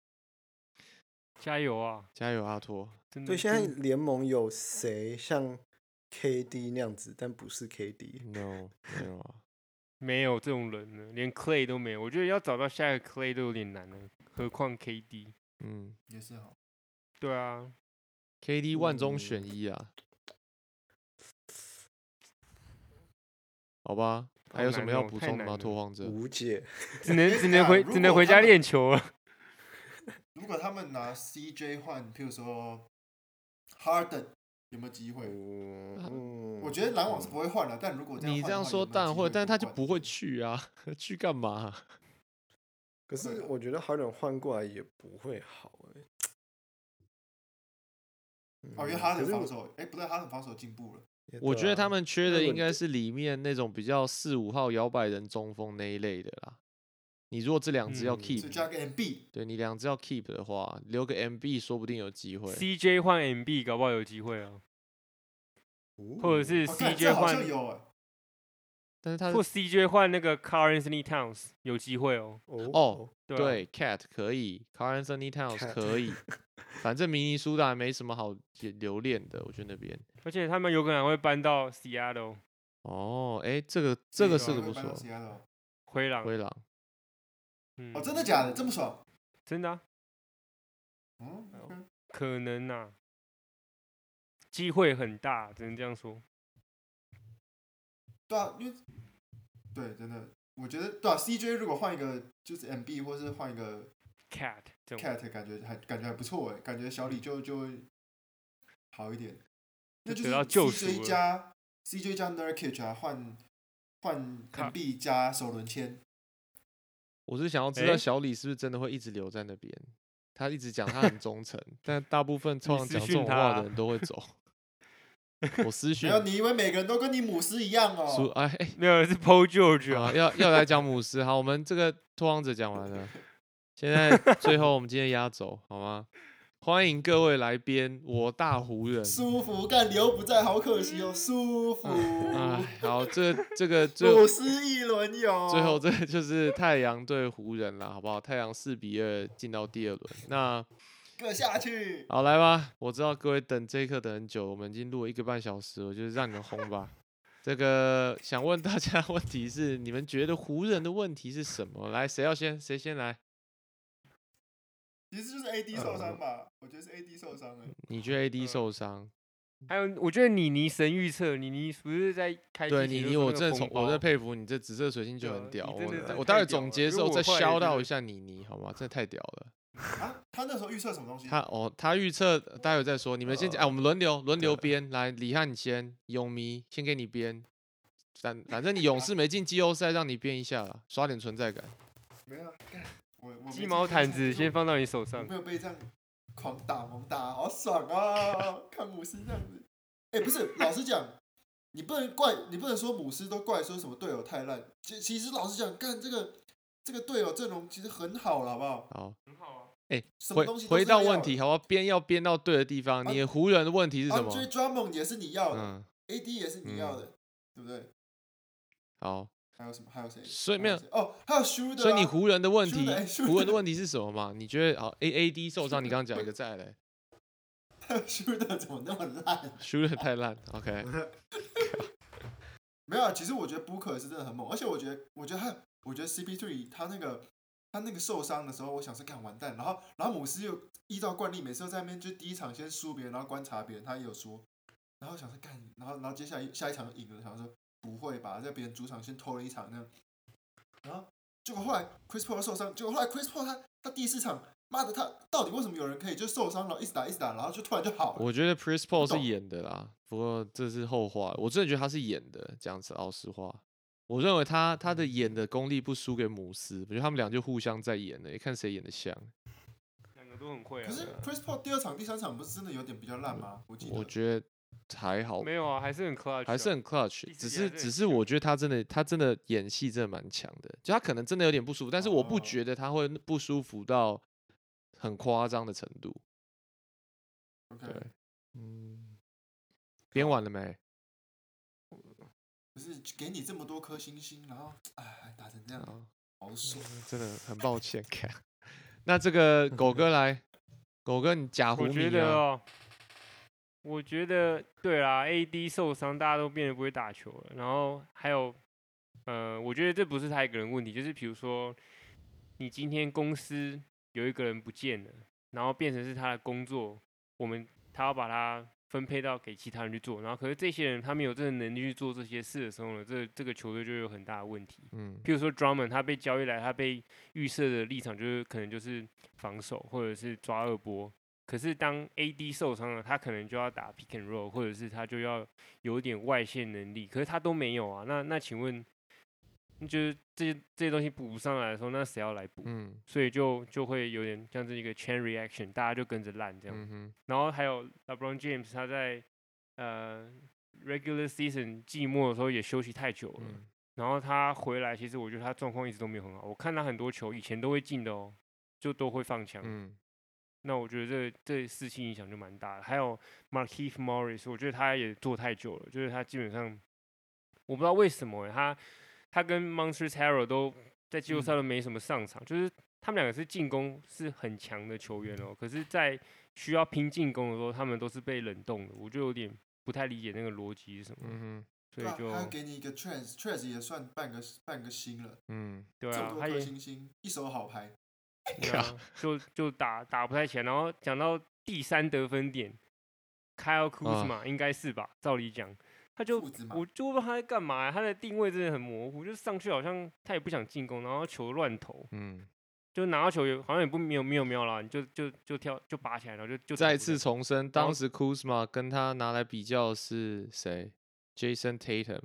加油啊！ 加油，阿拓！ 真的。 对，现在真联盟有谁像 K D 那样子，但不是 K D？ No，没有啊。 没有这种人了，连 Clay 都没有。我觉得要找到下一个 Clay 都有点难了，何况 K D。 嗯也是好。 对啊， ，K D 万中选嗯一啊。好吧，还好有什么难哦要补充的吗？ 太难了拓荒者？ 无解。 只能只等一下能回如只能回家果他们练球了。 如果他们拿 C J 换，譬如说 Harden，有没有机会？ 嗯， 我觉得篮网是不会换的，但如果这样你这样说换的话有没有当然会， 机会但是他夺冠就不会去啊，去干嘛？ 可是我觉得 Harden 换过来也不会好哎、 哦，因为嗯可是我哈登防守，哎，不对，哈登防守进步了。 也我觉得对啊他们缺的那我觉应该是里面那种比较四五号摇摆人中锋那一类的啦。你如果这两只要嗯 keep，、 所以加个 M B， 对你两只要 keep 的话，留个 M B 说不定有机会。 C J 换 M B 搞不好有机会啊，或者是哦，看 C J 这好像换有哎， 但是他或 C J 换那个 Karl Anthony Towns 有机会哦。 哦哦对啊对 Cat 可以，Karl Anthony Towns Cat 可以，反正明尼苏达没什么好留恋的，我觉得那边。 而且他们有可能会搬到 Seattle 哦，哎，这个这个是个不会搬到错， Seattle 灰狼。 灰狼。 嗯哦，真的假的？这么爽？ 真的啊， 嗯，OK， 可能啊，机会很大，只能这样说。 对啊，因为对，真的我觉得对啊 ，C J 如果换一个就是 M B 或是换一个 Cat 这种 Cat， 感觉还感觉还不错哎，感觉小李就就会好一点。那就得到是救 C J 赎了。 加 C J 加 Nurkic 啊，换换 M B 加首轮签。 我是想要知道小李是不是真的会一直留在那边。他一直讲他很忠诚，但大部分通常讲这种话的人都会走。我私讯没有，你以为每个人都跟你母狮一样哦？ 哎哎， 没有是 Paul George 啊， 啊， 要要来讲母狮。好，我们这个拓荒者讲完了，现在最后我们今天压轴好吗？欢迎各位来宾，我大湖人。 舒服，干刘不在，好可惜哦，舒服。 哎，好，这这个最母狮一轮游。 最后这个就是太阳对湖人了，好不好？太阳四比二进到第二轮，那。 各下去。 好，来吧！我知道各位等这一刻等很久，我们已经录了一个半小时，我就是让你们轰吧。这个想问大家的问题是：你们觉得湖人的问题是什么？来，谁要先？谁先来？ 其实就是 A D 受伤吧，呃、我觉得是 A D 受伤了。 你觉得 A D 受伤？ 还有，我觉得妮妮神预测，妮妮不是在开对妮妮，我真的从我在佩佩服你，这紫色水星就很屌。我我待会总结的时候再消到一下妮妮，好吗？真的太屌了。 啊，他那时候预测什么东西？ 他哦，他预测，待会再说。你们先讲，哎、呃啊，我们轮流轮流编。来，李翰你先，勇迷先给你编。反反正你勇士没进季后赛，让你编一下啦，刷点存在感。 没有，我我鸡毛毯子先放到你手上。 我没有被这样狂打猛打，好爽啊！看姆斯这样子。哎、欸，不是，老实讲，你不能怪，你不能说姆斯都怪说什么队友太烂。其其实老实讲，干这个这个队友阵容其实很好了，好不好？ 好， 很好啊。 哎、欸，回回到问题，好不好？编要编到对的地方。啊、你的湖人的问题是什么 ？Andre Drummond 也是你要的、嗯、，A D 也是你要的，嗯、对不对？ 好， 还有什么？还有谁？ 所以没有哦，还有 Shooter、啊。 所以你湖人的问题， 欸、 湖人的问题是什么嘛？你觉得好 ？A A D 受伤，你刚刚讲一个再来。 Shooter 怎么那么烂 ？Shooter 太烂 ，OK 。 没有、啊，其实我觉得 Booker 是真的很猛，而且我觉得，我觉得他，我觉得 C P 三 他那个。他那个受伤的时候，我想是干完蛋，然后然后姆斯又依照惯例，每次都在那边就第一场先输别人，然后观察别人，他也有说，然后想说干，然后然后接下来下一场赢了，想说不会吧，在别人主场先偷了一场那样，然后结果后来 Chris Paul 受伤，结果后来 Chris Paul 他他第四场，妈的他到底为什么有人可以就受伤，然后一直打一直打，然后就突然就好了？ 我觉得 Chris Paul 是演的啦，不过这是后话，我真的觉得他是演的，这样子，老实话。我认为他他的演的功力不输给姆斯，我觉得他们俩就互相在演的，也看谁演的像。 两个都很会啊。 可是 Chris Paul 第二场、第三场不是真的有点比较烂吗？我记得。 我觉得还好。 没有啊，还是很 clutch，、啊、 还是很 clutch， 只是只是我觉得他真的他真的演戏真的蛮强的，就他可能真的有点不舒服，但是我不觉得他会不舒服到很夸张的程度。 OK， 对，嗯，编完了没？ 不是给你这么多颗星星，然后哎打成这样，哦、好爽、 嗯，真的很抱歉。看，那这个狗哥来，狗哥你假湖迷啊？ 我觉得哦，我觉得对啦 ，A D 受伤，大家都变得不会打球了。然后还有，呃，我觉得这不是他一个人问题，就是比如说，你今天公司有一个人不见了，然后变成是他的工作，我们他要把他分配到给其他人去做，然后可是这些人他没有这个能力去做这些事的时候呢，这这个球队就有很大的问题。嗯，譬如说 Drummond 他被交易来，他被预设的立场就是可能就是防守或者是抓二波。可是当 A D 受伤了，他可能就要打 pick and roll， 或者是他就要有点外线能力，可是他都没有啊。那那请问，就是这些这些东西补不上来的时候，那谁要来补？嗯，所以就就会有点像是一个 chain reaction， 大家就跟着烂这样。嗯、然后还有 LeBron James， 他在呃 regular season 季末的时候也休息太久了，嗯、然后他回来，其实我觉得他状况一直都没有很好。我看他很多球以前都会进的哦，就都会放枪。嗯，那我觉得这这士气影响就蛮大的。还有 Markieff Morris， 我觉得他也做太久了，就是他基本上我不知道为什么、欸、他他跟 Montrezl Harrell 都在季后赛都没什么上场，嗯、就是他们两个是进攻是很强的球员哦，可是，在需要拼进攻的时候，他们都是被冷冻的，我就有点不太理解那个逻辑是什么。嗯所以就他给你一个 Trez，Trez 也算半个半个星了。嗯， 对啊， 这么多颗星星，一手好牌。 对啊，就就打打不太起来，然后讲到第三得分点 ，Kyle Kuzma、啊、应该是吧？照理讲， 他就父子嘛我就不知道他在干嘛、欸，他的定位真的很模糊，就上去好像他也不想进攻，然后球乱投， 嗯， 就拿到球也好像也不没有没有瞄啦，你就就就跳就拔起来，然后就就再投次重申， 然后当时 Kuzma 跟他拿来比较的是谁？Jason Tatum。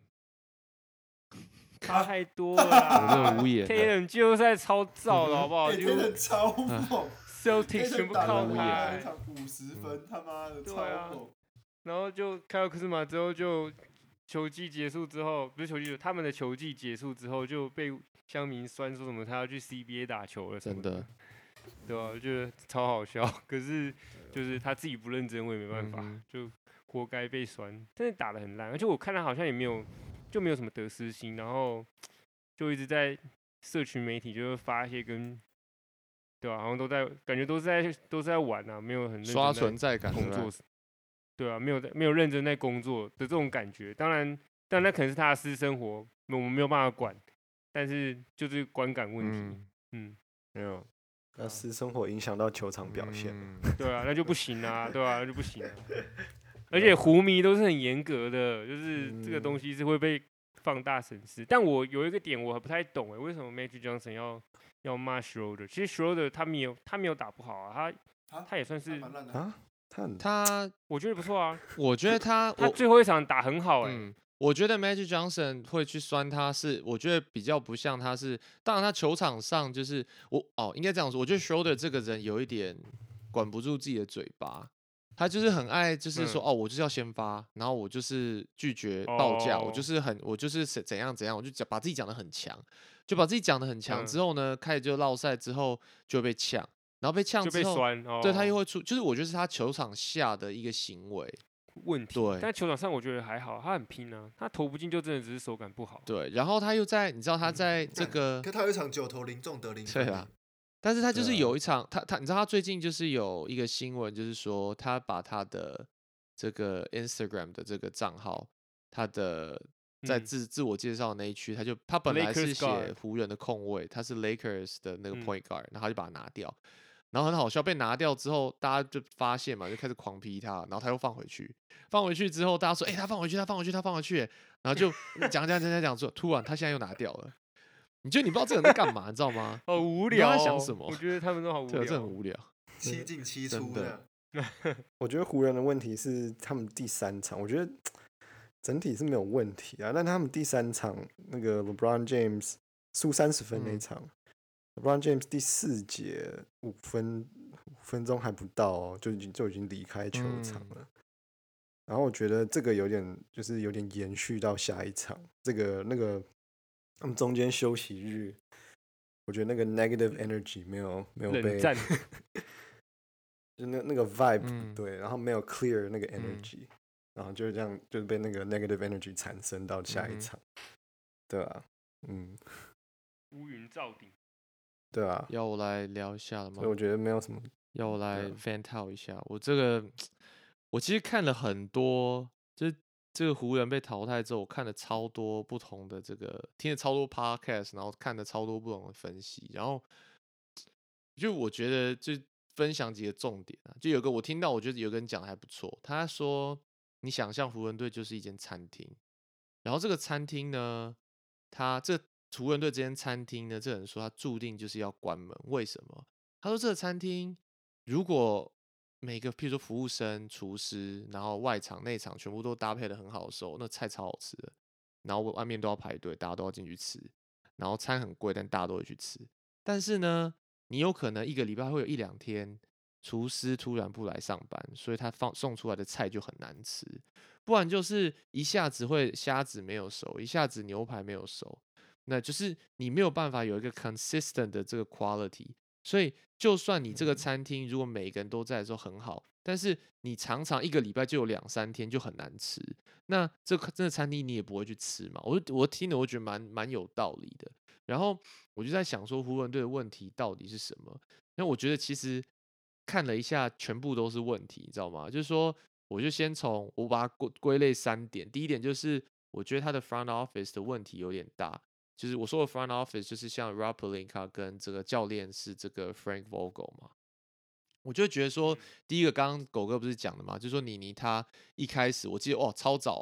差太多了啦， 我真的无言了 Tatum 季后赛超燥的好不好？ 哎， 就真的超猛 Celtics 全部打了无靠他、 言欸一，场五十分，他妈的超对啊猛。 然后就开到科斯马之后，就球季结束之后，不是球季，他们的球季结束之后就被乡民酸说什么他要去 C B A 打球了什么真的的，对吧、啊？我觉得超好笑，可是就是他自己不认真，我也没办法， 嗯就活该被酸，真的打得很烂，而且我看他好像也没有就没有什么得失心，然后就一直在社群媒体就是发一些跟。对吧、啊？好像都在，感觉都是在都是在玩啊，没有很认真刷在存在感， 工对不对作，对啊，没有在没有认真在工作的这种感觉。当然，但那可能是他的私生活，我们没有办法管。但是就是观感问题， 嗯， 嗯， 没有，那私生活影响到球场表现。 嗯对啊，那就不行啊，对啊，那就不行啊。而且湖迷都是很严格的，就是这个东西是会被放大审视。但我有一个点我还不太懂哎，为什么 Magic Johnson 要要骂 Schroeder？其实 Schroeder 他没有他没有打不好啊，他啊他也算是蛮烂的啊，他很他， 我觉得不错啊， 我觉得他， 他我最后一场打很好哎、 嗯，我觉得 Magic Johnson 会去酸他是，我觉得比较不像他是，当然他球场上就是我哦，应该这样说，我觉得 Schroeder 这个人有一点管不住自己的嘴巴，他就是很爱就是说、 嗯哦，我就是要先发，然后我就是拒绝报价，我就哦是很我就是怎怎样怎样，我就讲把自己讲的很强，就把自己讲的很强嗯之后呢，开始就落赛之后就会被呛，然后被呛就之后， 被酸，哦、 对他又会出，就是我觉得是他球场下的一个行为。 问题。 对但球场上我觉得还好，他很拼啊，他投不进就真的只是手感不好。 对，然后他又在，你知道他在这个， 可他有一场九投零中得零分欸。 对啊，但是他就是对啊有一场，他他，你知道他最近就是有一个新闻，就是说他把他的这个 Instagram 的这个账号，他的在嗯自、自我介绍那一区，他就他本来 Lakers 是写 guard 湖人的控卫，他是 Lakers 的那个嗯 point guard，、然后他就把它拿掉。然后很好笑，被拿掉之后，大家就发现嘛，就开始狂批他，然后他又放回去，放回去之后，大家说，哎、他放回去，他放回去，他放回去，然后就讲讲讲讲讲说，突然他现在又拿掉了，你觉得你不知道这个人在干嘛，你知道吗？ 好无你知道聊、哦， 他想什么我觉得他们都好无这个真的很聊。 无聊。 七进七真的出的。 我觉得湖人的问题是他们第三场，我觉得整体是没有问题啊，但他们第三场那个 LeBron James 输三十分那一嗯场、l e b r o n James 第四节五分五分钟还不到哦，就已经就已经离开球场了。然后我觉得这个有点就是有点延续到下一场，这个那个他们中间休息日，我觉得那个 negative energy 没有没有被冷战， 就那那个 vibe 嗯不对，然后没有 clear 那个嗯 energy，、然后就这样就被那个 negative energy 产生到下一嗯哼场，对啊，嗯， 乌云罩顶。 对啊， 要我来聊一下了吗所以？我觉得没有什么， 要我来对啊 vent out 一下，我这个我其实看了很多，就是这个湖人被淘汰之后，我看了超多不同的这个，听了超多 podcast，然后看了超多不同的分析，然后就我觉得就分享几个重点啊，就有个我听到，我觉得有个人讲的还不错，他说你想象湖人队就是一间餐厅，然后这个餐厅呢，他这湖人队这间餐厅呢，这个人说他注定就是要关门，为什么？他说这个餐厅如果每个譬如说服务生、厨师，然后外场、内场全部都搭配的很好的时候，那菜超好吃的，然后外面都要排队，大家都要进去吃，然后餐很贵，但大家都会去吃。但是呢，你有可能一个礼拜会有一两天，厨师突然不来上班，所以他放送出来的菜就很难吃，不然就是一下子会虾子没有熟，一下子牛排没有熟，那就是你没有办法有一个 consistent 的这个 quality。所以，就算你这个餐厅如果每个人都在的时候很好，但是你常常一个礼拜就有两三天就很难吃，那这个这个餐厅你也不会去吃嘛。我我听了我觉得蛮蛮有道理的。然后我就在想说，湖人队的问题到底是什么？那我觉得其实看了一下，全部都是问题，你知道吗？就是说，我就先从我把它归归类三点。第一点就是我觉得他的 front office 的问题有点大。就是我说的 front office，就是像 Rob Pelinka 跟这个教练是这个 Frank Vogel 嘛，我就觉得说，第一个刚刚狗哥不是讲的嘛，就是说妮妮他一开始我记得哦超早哦，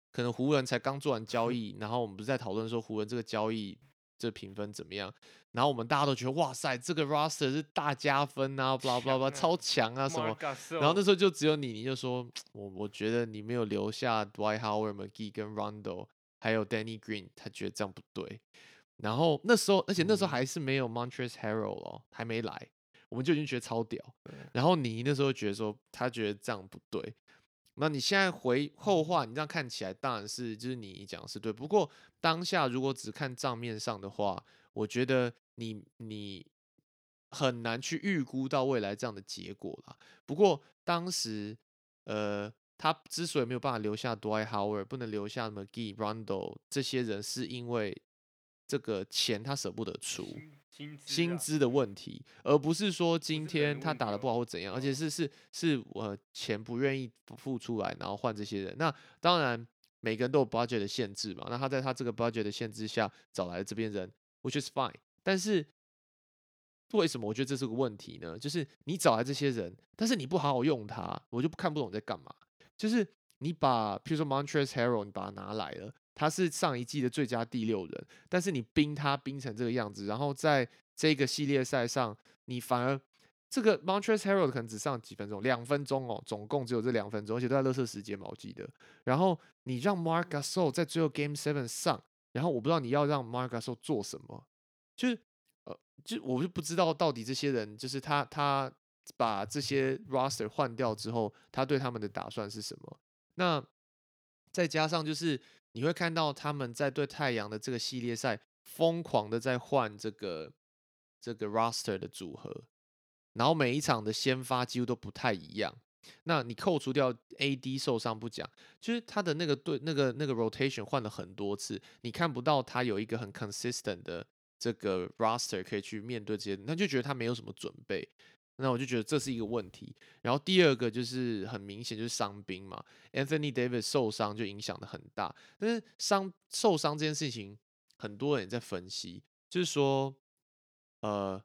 可能湖人才刚做完交易，然后我们不是在讨论说湖人这个交易这评分怎么样，然后我们大家都觉得哇塞，这个 roster 是大加分啊，blah blah blah，超强啊什么，然后那时候就只有你，你就说我我觉得你没有留下 Dwight Howard、McGee 跟 Rondo， 还有 Danny Green， 他觉得这样不对。然后那时候，而且那时候还是没有 Montrezl Harrell 哦，还没来，我们就已经觉得超屌。然后你那时候觉得说，他觉得这样不对。那你现在回后话，你这样看起来当然是就是你讲的是对。不过当下如果只看账面上的话，我觉得你你很难去预估到未来这样的结果啦。不过当时呃，他之所以没有办法留下 Dwight Howard， 不能留下 McGee、Rondo 这些人，是因为这个钱他舍不得出。 薪资薪资的问题，而不是说今天他打得不好或怎样，而且是是是我钱不愿意付出来，然后换这些人。那当然每个人都有 budget 的限制嘛，那他在他这个 budget 的限制下找来了这边人 ，which is fine。但是为什么我觉得这是个问题呢？就是你找来这些人，但是你不好好用他，我就看不懂在干嘛。就是你把，譬如说 Montrezl Harrell， 你把他拿来了。他是上一季的最佳第六人，但是你冰他冰成这个样子，然后在这个系列赛上，你反而这个 Montrezl Harrell 可能只上几分钟，两分钟哦，总共只有这两分钟，而且都在垃圾时间嘛，我记得。然后你让 Marc Gasol 在最后 Game Seven 上，然后我不知道你要让 Marc Gasol 做什么，就是呃，就我就不知道到底这些人，就是他他把这些 roster 换掉之后，他对他们的打算是什么？那再加上就是你会看到他们在对太阳的这个系列赛疯狂的在换这个这个 roster 的组合，然后每一场的先发几乎都不太一样。那你扣除掉 A D 受伤不讲，就是他的那个对那个那个 rotation 换了很多次，你看不到他有一个很 consistent 的这个 roster 可以去面对这些，那就觉得他没有什么准备。那我就觉得这是一个问题。然后第二个就是很明显就是伤兵嘛 ，Anthony Davis 受伤就影响的很大。但是伤受伤这件事情，很多人也在分析，就是说，呃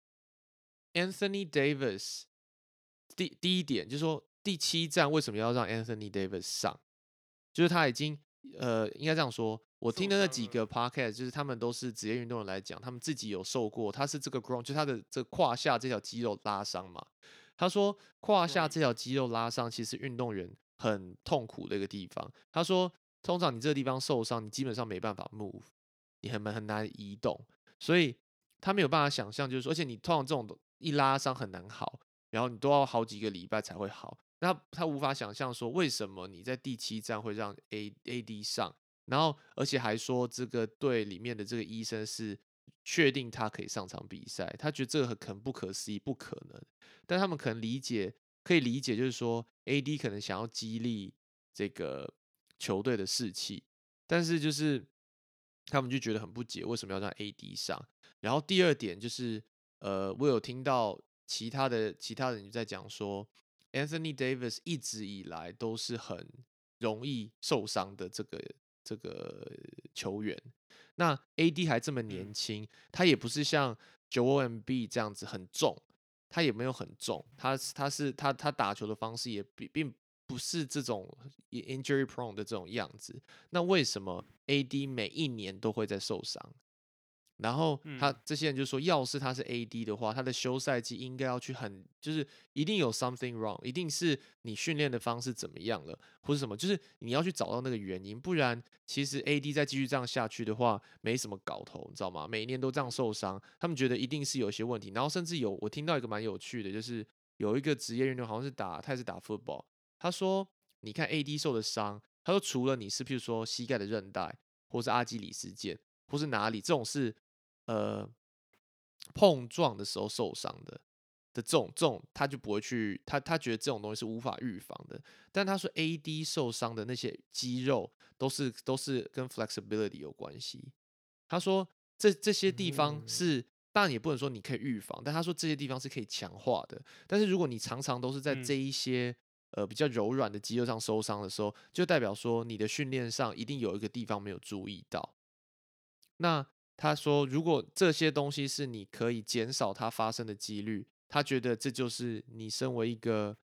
，Anthony Davis 第第一点就是说，第七站为什么要让 Anthony Davis 上？就是他已经呃，应该这样说。我听的那几个 podcast， 就是他们都是职业运动员来讲，他们自己有受过，他是这个 groin， 就是他的这个胯下这条肌肉拉伤嘛。他说胯下这条肌肉拉伤，其实运动员很痛苦的一个地方。他说，通常你这个地方受伤，你基本上没办法 move， 你很很难移动，所以他没有办法想象，就是说，而且你通常这种一拉伤很难好，然后你都要好几个礼拜才会好。那他无法想象说，为什么你在第七站会让 A A D 上，然后而且还说这个队里面的这个医生是确定他可以上场比赛，他觉得这个很不可思议，不可能。但他们可能理解，可以理解，就是说 A D 可能想要激励这个球队的士气，但是就是他们就觉得很不解，为什么要让 A D 上？然后第二点就是，呃，我有听到其他的其他人在讲说。Anthony Davis 一直以来都是很容易受伤的这个这个球员。那 A D 还这么年轻，他也不是像 Joel Embiid 这样子很重，他也没有很重，他他是他他打球的方式也并不是这种 injury prone 的这种样子。那为什么 A D 每一年都会在受伤？然后他这些人就说，要是他是 A D 的话，他的休赛季应该要去很，就是一定有 something wrong， 一定是你训练的方式怎么样了，或是什么，就是你要去找到那个原因，不然其实 A D 再继续这样下去的话，没什么搞头，你知道吗？每一年都这样受伤，他们觉得一定是有一些问题。然后甚至有我听到一个蛮有趣的，就是有一个职业运动好像是打，他也是打 football， 他说，你看 A D 受的伤，他说除了你是譬如说膝盖的韧带，或是阿基里斯腱，或是哪里这种是。呃，碰撞的时候受伤的的这种这种，他就不会去，他他觉得这种东西是无法预防的。但他说 A D 受伤的那些肌肉都是都是跟 flexibility 有关系。他说这这些地方是，当然也不能说你可以预防，但他说这些地方是可以强化的。但是如果你常常都是在这一些、嗯、呃比较柔软的肌肉上受伤的时候，就代表说你的训练上一定有一个地方没有注意到。那他说，如果这些东西是你可以减少它发生的几率，他觉得这就是你身为一个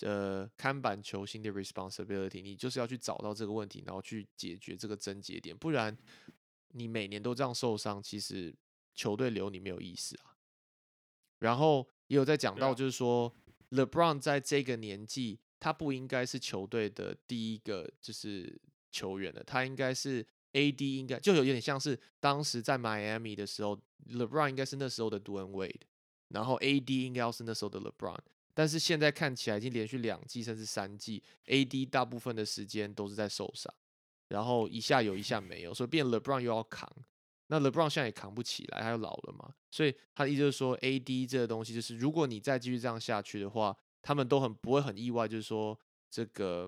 呃看板球星的 responsibility， 你就是要去找到这个问题，然后去解决这个症结点，不然你每年都这样受伤，其实球队留你没有意思啊。然后也有在讲到，就是说、啊、LeBron 在这个年纪，他不应该是球队的第一个就是球员了，他应该是 A D， 应该就有点像是当时在 Miami 的时候 ，LeBron 应该是那时候的 Dwayne Wade， 然后 A D 应该要是那时候的 LeBron。但是现在看起来已经连续两季甚至三季 ，A D 大部分的时间都是在受伤，然后一下有一下没有，所以变 LeBron 又要扛。那 LeBron 现在也扛不起来，他又老了嘛，所以他的意思就是说 ，A D 这个东西就是，如果你再继续这样下去的话，他们都很不会很意外，就是说这个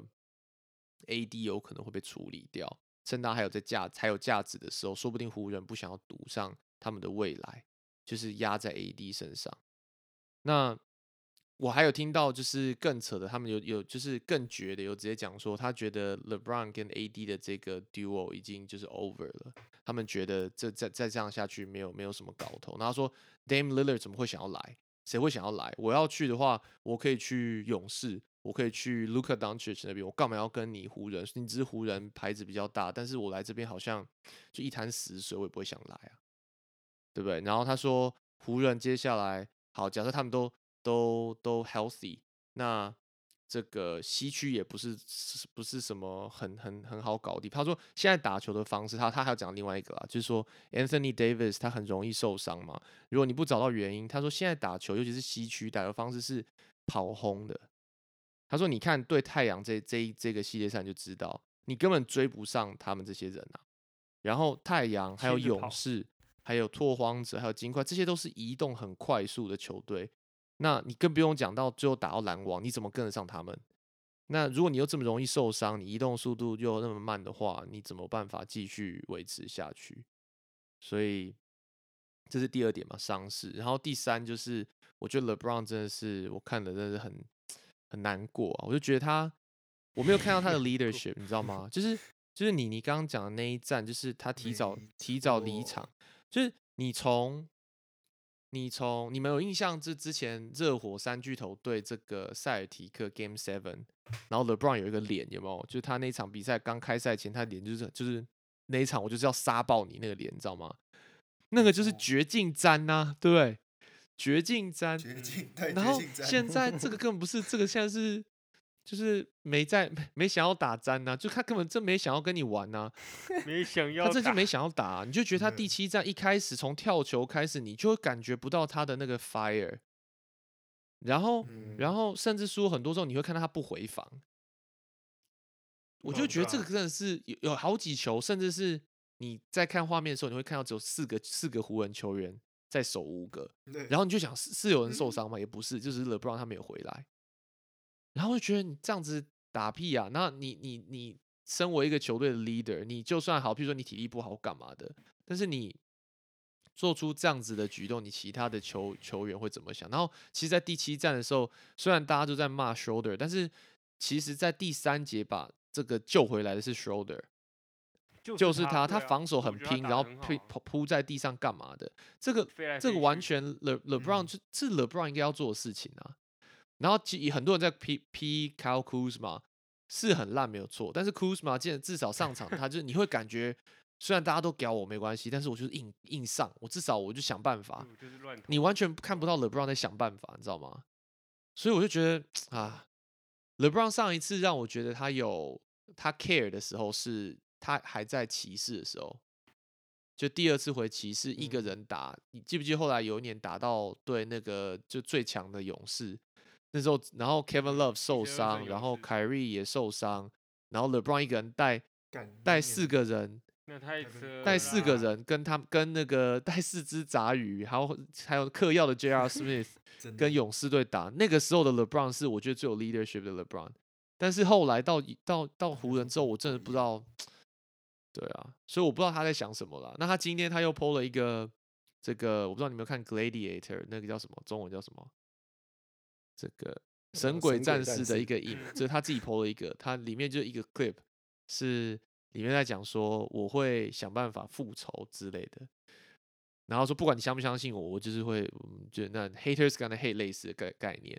A D 有可能会被处理掉，趁他还有在价还有价值的时候，说不定湖人不想要赌上他们的未来，就是压在 A D 身上。那我还有听到就是更扯的，他们有有就是更绝的，有直接讲说，他觉得 LeBron 跟 A D 的这个 duo 已经就是 over 了，他们觉得这再再这样下去没有没有什么搞头。然后他说 Dame Lillard 怎么会想要来？谁会想要来？我要去的话，我可以去勇士，我可以去 Luka Doncic 那边，我干嘛要跟你湖人？你只是湖人牌子比较大，但是我来这边好像就一潭死水，我也不会想来啊，对不对？然后他说湖人接下来好，假设他们都都都 healthy， 那这个西区也不是不是什么很很很好搞的地方。他说现在打球的方式，他他还要讲另外一个啦，就是说 Anthony Davis 他很容易受伤嘛，如果你不找到原因，他说现在打球，尤其是西区打球方式是跑轰的。他说你看对太阳这这这个系列赛你就知道，你根本追不上他们这些人啊。然后太阳还有勇士。还有拓荒者，还有金块，这些都是移动很快速的球队。那你更不用讲到最后打到篮网，你怎么跟得上他们？那如果你又这么容易受伤，你移动速度又那么慢的话，你怎么办法继续维持下去？所以这是第二点嘛，伤势。然后第三就是，我觉得 LeBron 真的是我看的真的是很很难过啊。我就觉得他，我没有看到他的 leadership， 你知道吗？就是就是你你刚刚讲的那一战，就是他提早提早离场。就是你从你从你们有印象，这之前热火三巨头对这个塞尔提克 Game Seven， 然后 LeBron 有一个脸有没有？就是他那场比赛刚开赛前，他脸就是就是那一场我就是要杀爆你那个脸，你知道吗？那个就是绝境战呐、啊，对不对？绝境战， 绝境对， 然后现在这个根本不是这个，现在是。就是没在没想要打战呐、啊，就他根本真没想要跟你玩呐、啊， 没想要， 他真就没想要打、啊，你就觉得他第七战一开始从跳球开始，你就会感觉不到他的那个 fire， 然后、嗯、然后甚至说很多时候你会看到他不回防，我就觉得这个真的是有有好几球，甚至是你在看画面的时候，你会看到只有四个四个湖人球员在守五个，然后你就想是是有人受伤吗？也不是，就是 LeBron 他没有回来。然后就觉得你这样子打屁啊！那你你你身为一个球队的 leader， 你就算好，譬如说你体力不好干嘛的，但是你做出这样子的举动，你其他的球球员会怎么想？然后其实，在第七战的时候，虽然大家都在骂 Schroeder， 但是其实在第三节把这个救回来的是 Schroeder， 就是他，他防守很拼，然后扑扑在地上干嘛的？这个这个完全 Le LeBron 是是 LeBron 应该要做的事情啊。然后很多人在批批 Kyle Kuzma 是很烂没有错，但是 Kuzma 至少上场，他就是你会感觉虽然大家都屌我没关系，但是我就是硬硬上，我至少我就想办法。你完全看不到 LeBron 在想办法，你知道吗？所以我就觉得啊 ，LeBron 上一次让我觉得他有他 care 的时候，是他还在骑士的时候，就第二次回骑士一个人打，你记不记得后来有一年打到对那个就最强的勇士？那时候，然后 Kevin Love 受伤，然后 Kyrie 也受伤，然后 LeBron 一个人带带四个人，带四个人跟他跟那个带四只杂鱼，还有还有嗑药的 J R Smith 跟勇士队打，那个时候的 LeBron 是我觉得最有 leadership 的 LeBron， 但是后来到到到湖人之后，我真的不知道，对啊，所以我不知道他在想什么啦。那他今天他又 po 了一个这个，我不知道你们有没有看 Gladiator 那个叫什么，中文叫什么？这个神鬼战士的一个影，就是他自己 po 了一个，他里面就一个 clip 是里面在讲说我会想办法复仇之类的，然后说不管你相不相信我，我就是会，就那 haters gonna hate 类似的概概念。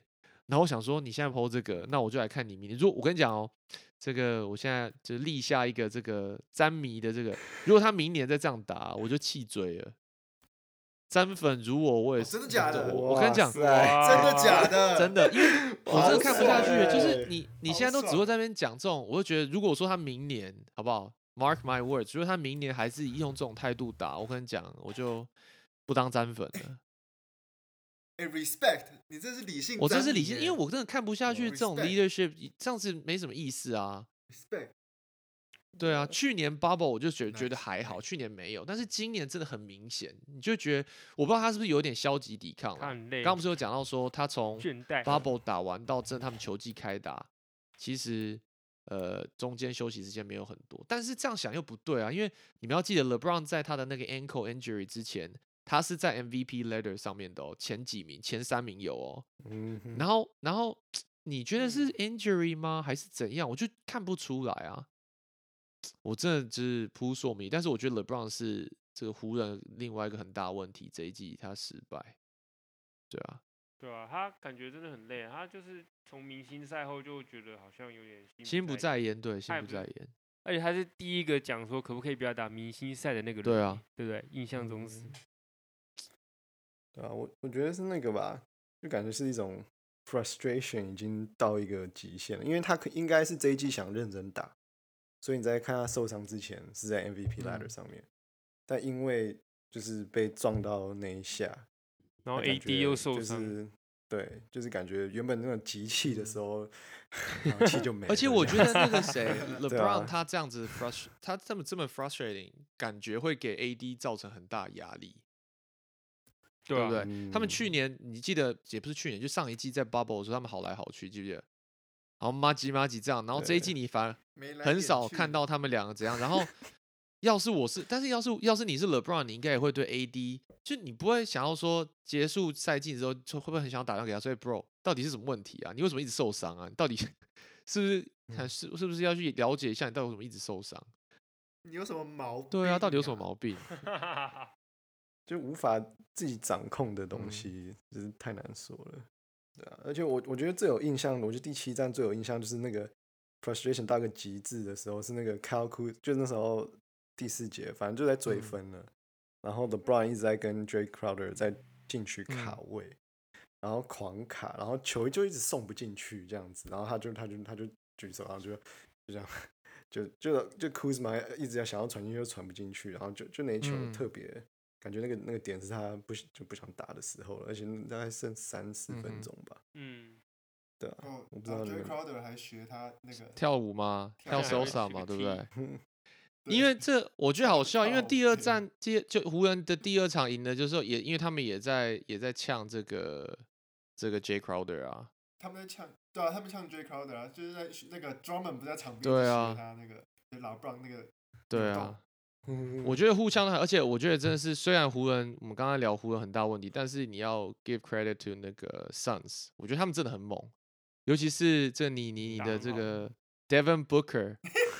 然后我想说，你现在 P O 这个，那我就来看你明年。如果我跟你讲哦，这个我现在就立下一个这个詹迷的这个，如果他明年再这样打，我就气嘴了。詹粉如我，我也哦是、 真的假的我我跟你讲， 哇塞真的假的？ 真的，因为我真的看不下去， 好就是帅你你好现在都只爽会在那边讲这种，我就觉得，如果说他明年好不好 ，Mark my words，如果他明年还是用这种态度打，我跟你讲，我就不当詹粉了。 哎、r e s p e c t 你这是理性， 我这是理性，因为我真的看不下去哦这种 respect leadership，这样子没什么意思啊。 respect。 对啊，去年 Bubble 我就觉得 Nice, 觉得还好， nice 去年没有，但是今年真的很明显，你就觉得我不知道他是不是有点消极抵抗了。 他很累， 刚刚不是有讲到说他从倦怠 Bubble 打完到真的他们球季开打，其实呃中间休息时间没有很多，但是这样想又不对啊，因为你们要记得 LeBron 在他的那个 ankle injury 之前，他是在 M V P ladder 上面的哦，前几名前三名有哦， 嗯哼， 然后然后你觉得是 injury 吗？还是怎样？我就看不出来啊。我真的就是扑朔迷，但是我觉得 LeBron 是这个湖人另外一个很大的问题，这一季他失败。对啊， 对啊，他感觉真的很累，他就是从明星赛后就觉得好像有点心不在焉，对，心他也不是不在焉。 而且他是第一个讲说可不可以不要打明星赛的那个人， 对啊， 对不对？印象中是， 对啊，我我觉得是那个吧，就感觉是一种 frustration 已经到一个极限了，因为他可应该是这一季想认真打，所以你在看他受伤之前是在 M V P ladder 上面，但因为就是被撞到那一下， 然后那感 A D 又觉受伤， 就是对，就是感觉原本那种集气的时候，然后气就没了。 而且我觉得那个谁对啊 ，LeBron 他这样子 frust，他这么这么 frustrating，感觉会给 A D 造成很大压力， 对啊对不对？他们嗯去年你记得也不是去年，就上一季在 Bubble 的时候，他们好来好去，记不记得？然后马吉马吉这样，然后这一季你反而很没来点去少看到他们两个怎样。然后要是我是，但是要是要是你是 LeBron，你应该也会对 A D， 就你不会想要说结束赛季之后，就会不会很想要打电话给他说，所以 Bro 到底是什么问题啊？你为什么一直受伤啊？你到底是不是看是是不是要去了解一下你到底为什么一直受伤？ 你有什么毛病、 对啊，到底有什么毛病？ 就无法自己掌控的嗯东西，就是太难说了。对啊，而且我我觉得最有印象的，我觉得第七站最有印象就是那个 frustration 到一个极致的时候，是那个 Kyle Kuz，就那时候第四节，反正就在追分了，然后 LeBron 一直在跟 Jay Crowder 在禁区卡位，然后狂卡，然后球就一直送不进去这样子，然后他就他就他就举手，然后就就这样。就就就 Kuzma 一直要想要传进去，又传不进去，然后就就那一球嗯特别、感觉那个那个点是他不就不想打的时候了，而且大概剩三四分钟吧。 嗯， 对啊， 哦， 我不知然后道你 Jay 们 Crowder 还学他那个跳舞吗？跳跳 salsa 嘛， 还会对不对？ 对因为这我觉得好笑，因为靠第二北战第就湖人的第二场赢的，就是也因为他们也在也在呛这个这个 Jay Crowder 啊， 他们在呛，对啊，他们呛 Jay Crowder 啊，就是在那个 Drummond 不在场边对啊学他那个就老 Brown 那个对扭动啊，我觉得互相的，而且我觉得真的是，虽然湖人我们刚才聊湖人很大问题，但是你要 give credit to 那个 Suns，我觉得他们真的很猛，尤其是这你你你的这个 Devin Booker，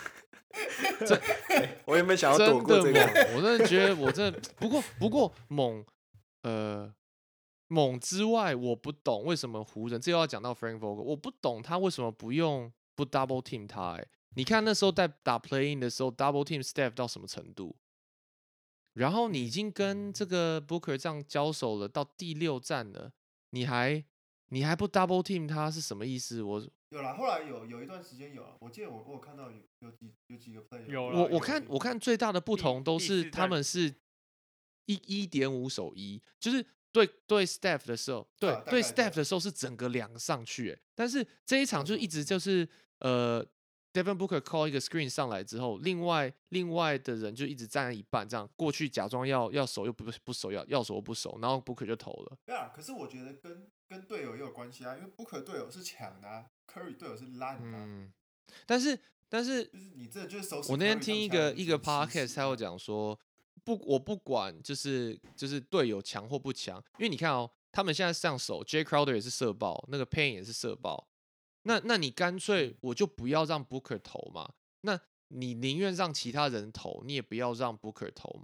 我原本想要躲真的猛， 过这个， 我真的觉得我真的不过不过猛，呃。猛之外，我不懂为什么湖人，这又要讲到 Frank Vogel，我不懂他为什么不用不 double team 他、欸。你看那时候在打 playing 的时候 ，double team Steph 到什么程度？然后你已经跟这个 Booker 这样交手了，到第六战了，你还你还不 double team 他是什么意思？我有啦，后来有有一段时间有啊，我记得我我有看到有有几有几个 play 有啦我我看我看最大的不第同都是第四战他们是一一点五守一，就是对对 Steph 的时候，对、对啊大概 Steph 对的时候是整个两上去欸，但是这一场没错就一直就是呃 Devin Booker call 一个 screen 上来之后，另外另外的人就一直站在一半，这样过去假装要要守又不不守，要要守又不守，然后 Booker 就投了。 对啊，可是我觉得跟跟队友也有关系啊，因为 Booker 队友是强的、啊、，Curry 队友是烂的、啊， 嗯，但是但是就是你这就是手。 我那天听一个一个 podcast，他有讲说，不，我不管就是就是队友强或不强，因为你看哦，他们现在上手 ，Jay Crowder 也是射爆，那个 Payne 也是射爆，那那你干脆我就不要让 Booker 投嘛，那你宁愿让其他人投，你也不要让 Booker 投嘛。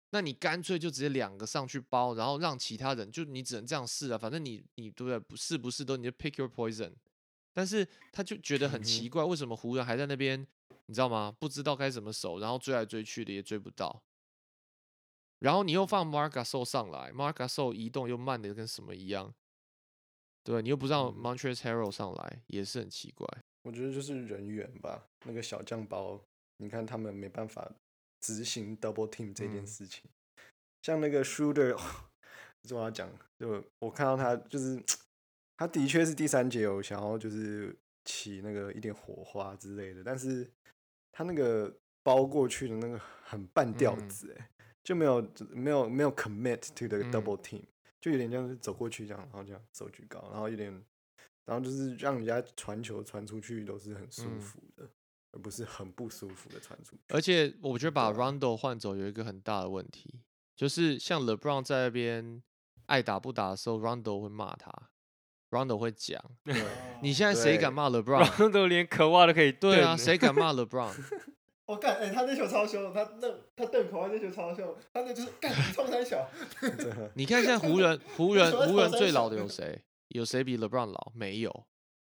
那你干脆就直接两个上去包，然后让其他人就你只能这样试啊，反正你你对不对？不是不是都你就 pick your poison。但是他就觉得很奇怪，为什么湖人还在那边，你知道吗？不知道该怎么守，然后追来追去的也追不到。然后你又放 Marc Gasol 上来 ，Marc Gasol 移动又慢的跟什么一样，对，你又不让 Montrezl Harrell 上来，也是很奇怪。 我觉得就是人员吧，那个小将包，你看他们没办法执行 double team 这件事情。嗯、像那个 Shooter， 这我要讲，就我看到他就是他的确是第三节有想要就是起那个一点火花之类的，但是他那个包过去的那个很半吊子哎、欸。嗯就没有没有没有 commit to the double team，、嗯、就有点像是走过去这样，然后这样手举高，然后有点，然后就是让人家传球传出去都是很舒服的，嗯、而不是很不舒服的传出去。 而且我觉得把 Rondo 换走有一个很大的问题，就是像 LeBron 在那边爱打不打的时候 ，Rondo 会骂他 ，Rondo 会讲，你现在谁敢骂 LeBron？Rondo 连可袜都可以瞪。 对啊，谁敢骂 LeBron？ 我干，哎，他那球超凶，他那他瞪口外那球超凶，他那就是干你冲三小。 你看现在湖人，湖人，湖人最老的有谁？有谁比 LeBron 老？没有。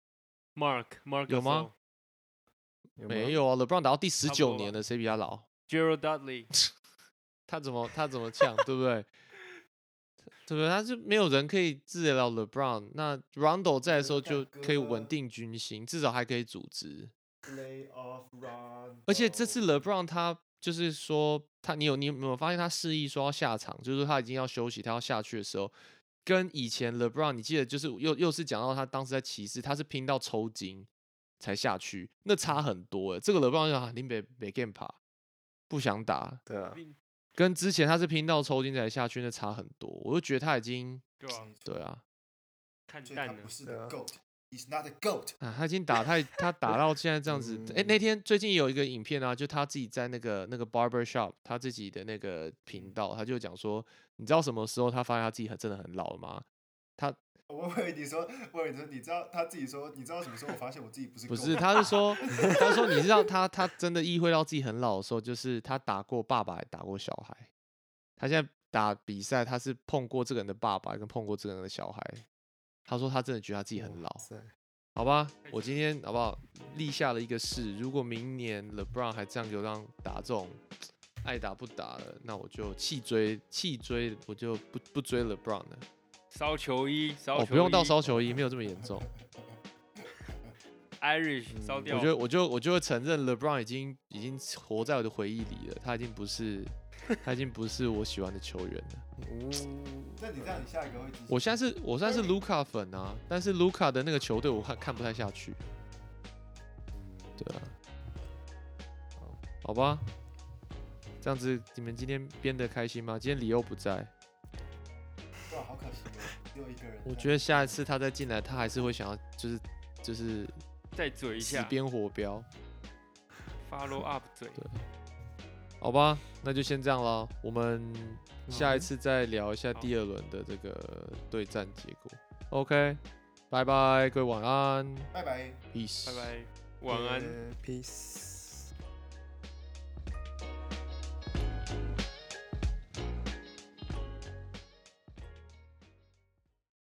Mark Mark 有吗？没有啊 ，LeBron 打到第十九年了，谁比他老 ？Gerald Dudley， 他怎么他怎么呛，对不对？对不对？他就没有人可以治得了 LeBron。那 Rondo 在的时候就可以稳定军心，至少还可以组织。而且这次 LeBron 他就是说他，你有你有没有发现他示意说要下场，就是说他已经要休息，他要下去的时候，跟以前 LeBron 你记得就是又又是讲到他当时在骑士，他是拼到抽筋才下去，那差很多哎。这个 LeBron 就林北北 game 爬不想打， 对啊， 跟之前他是拼到抽筋才下去，那差很多。我就觉得他已经对啊， 对啊， 看淡了。 对啊He's not a goat 啊，他已经打太他打到现在这样子。哎、嗯欸，那天最近有一个影片啊，就他自己在那个那个 barber shop， 他自己的那个频道，他就讲说，你知道什么时候他发现他自己很真的很老了吗？他我以为你说，我以为你说，你知道他自己说，你知道什么时候我发现我自己不是？ 不是，他是说，他说你知道他他真的意会到自己很老的时候，就是他打过爸爸，也打过小孩。他现在打比赛，他是碰过这个人的爸爸，跟碰过这个人的小孩。他说他真的觉得他自己很老，好吧，我今天好不好立下了一个誓，如果明年 LeBron 还这样就让打这种爱打不打的，那我就弃追弃追，我就不不追 LeBron 了。 烧球衣，烧球衣， 哦，不用到烧球衣，没有这么严重。 Irish 烧掉、 嗯，我觉得我就我就会承认 LeBron 已经已经活在我的回忆里了，他已经不是他已经不是我喜欢的球员了。 那你这样，你下一个会支持？ 我现在是，我现在是卢卡粉啊，但是卢卡的那个球队我看看不太下去。对啊，好吧，这样子你们今天编得开心吗？今天李欧不在， 哇，好可惜哦，只有一个人。 我觉得下一次他再进来，他还是会想要，就是就是再嘴一下， 死边火标 ，follow up 嘴。 对，好吧，那就先这样了，我们下一次再聊一下第二轮的这个对战结果。OK， 拜拜，各位晚安， 拜拜 ，peace， 拜拜，晚安 ，peace。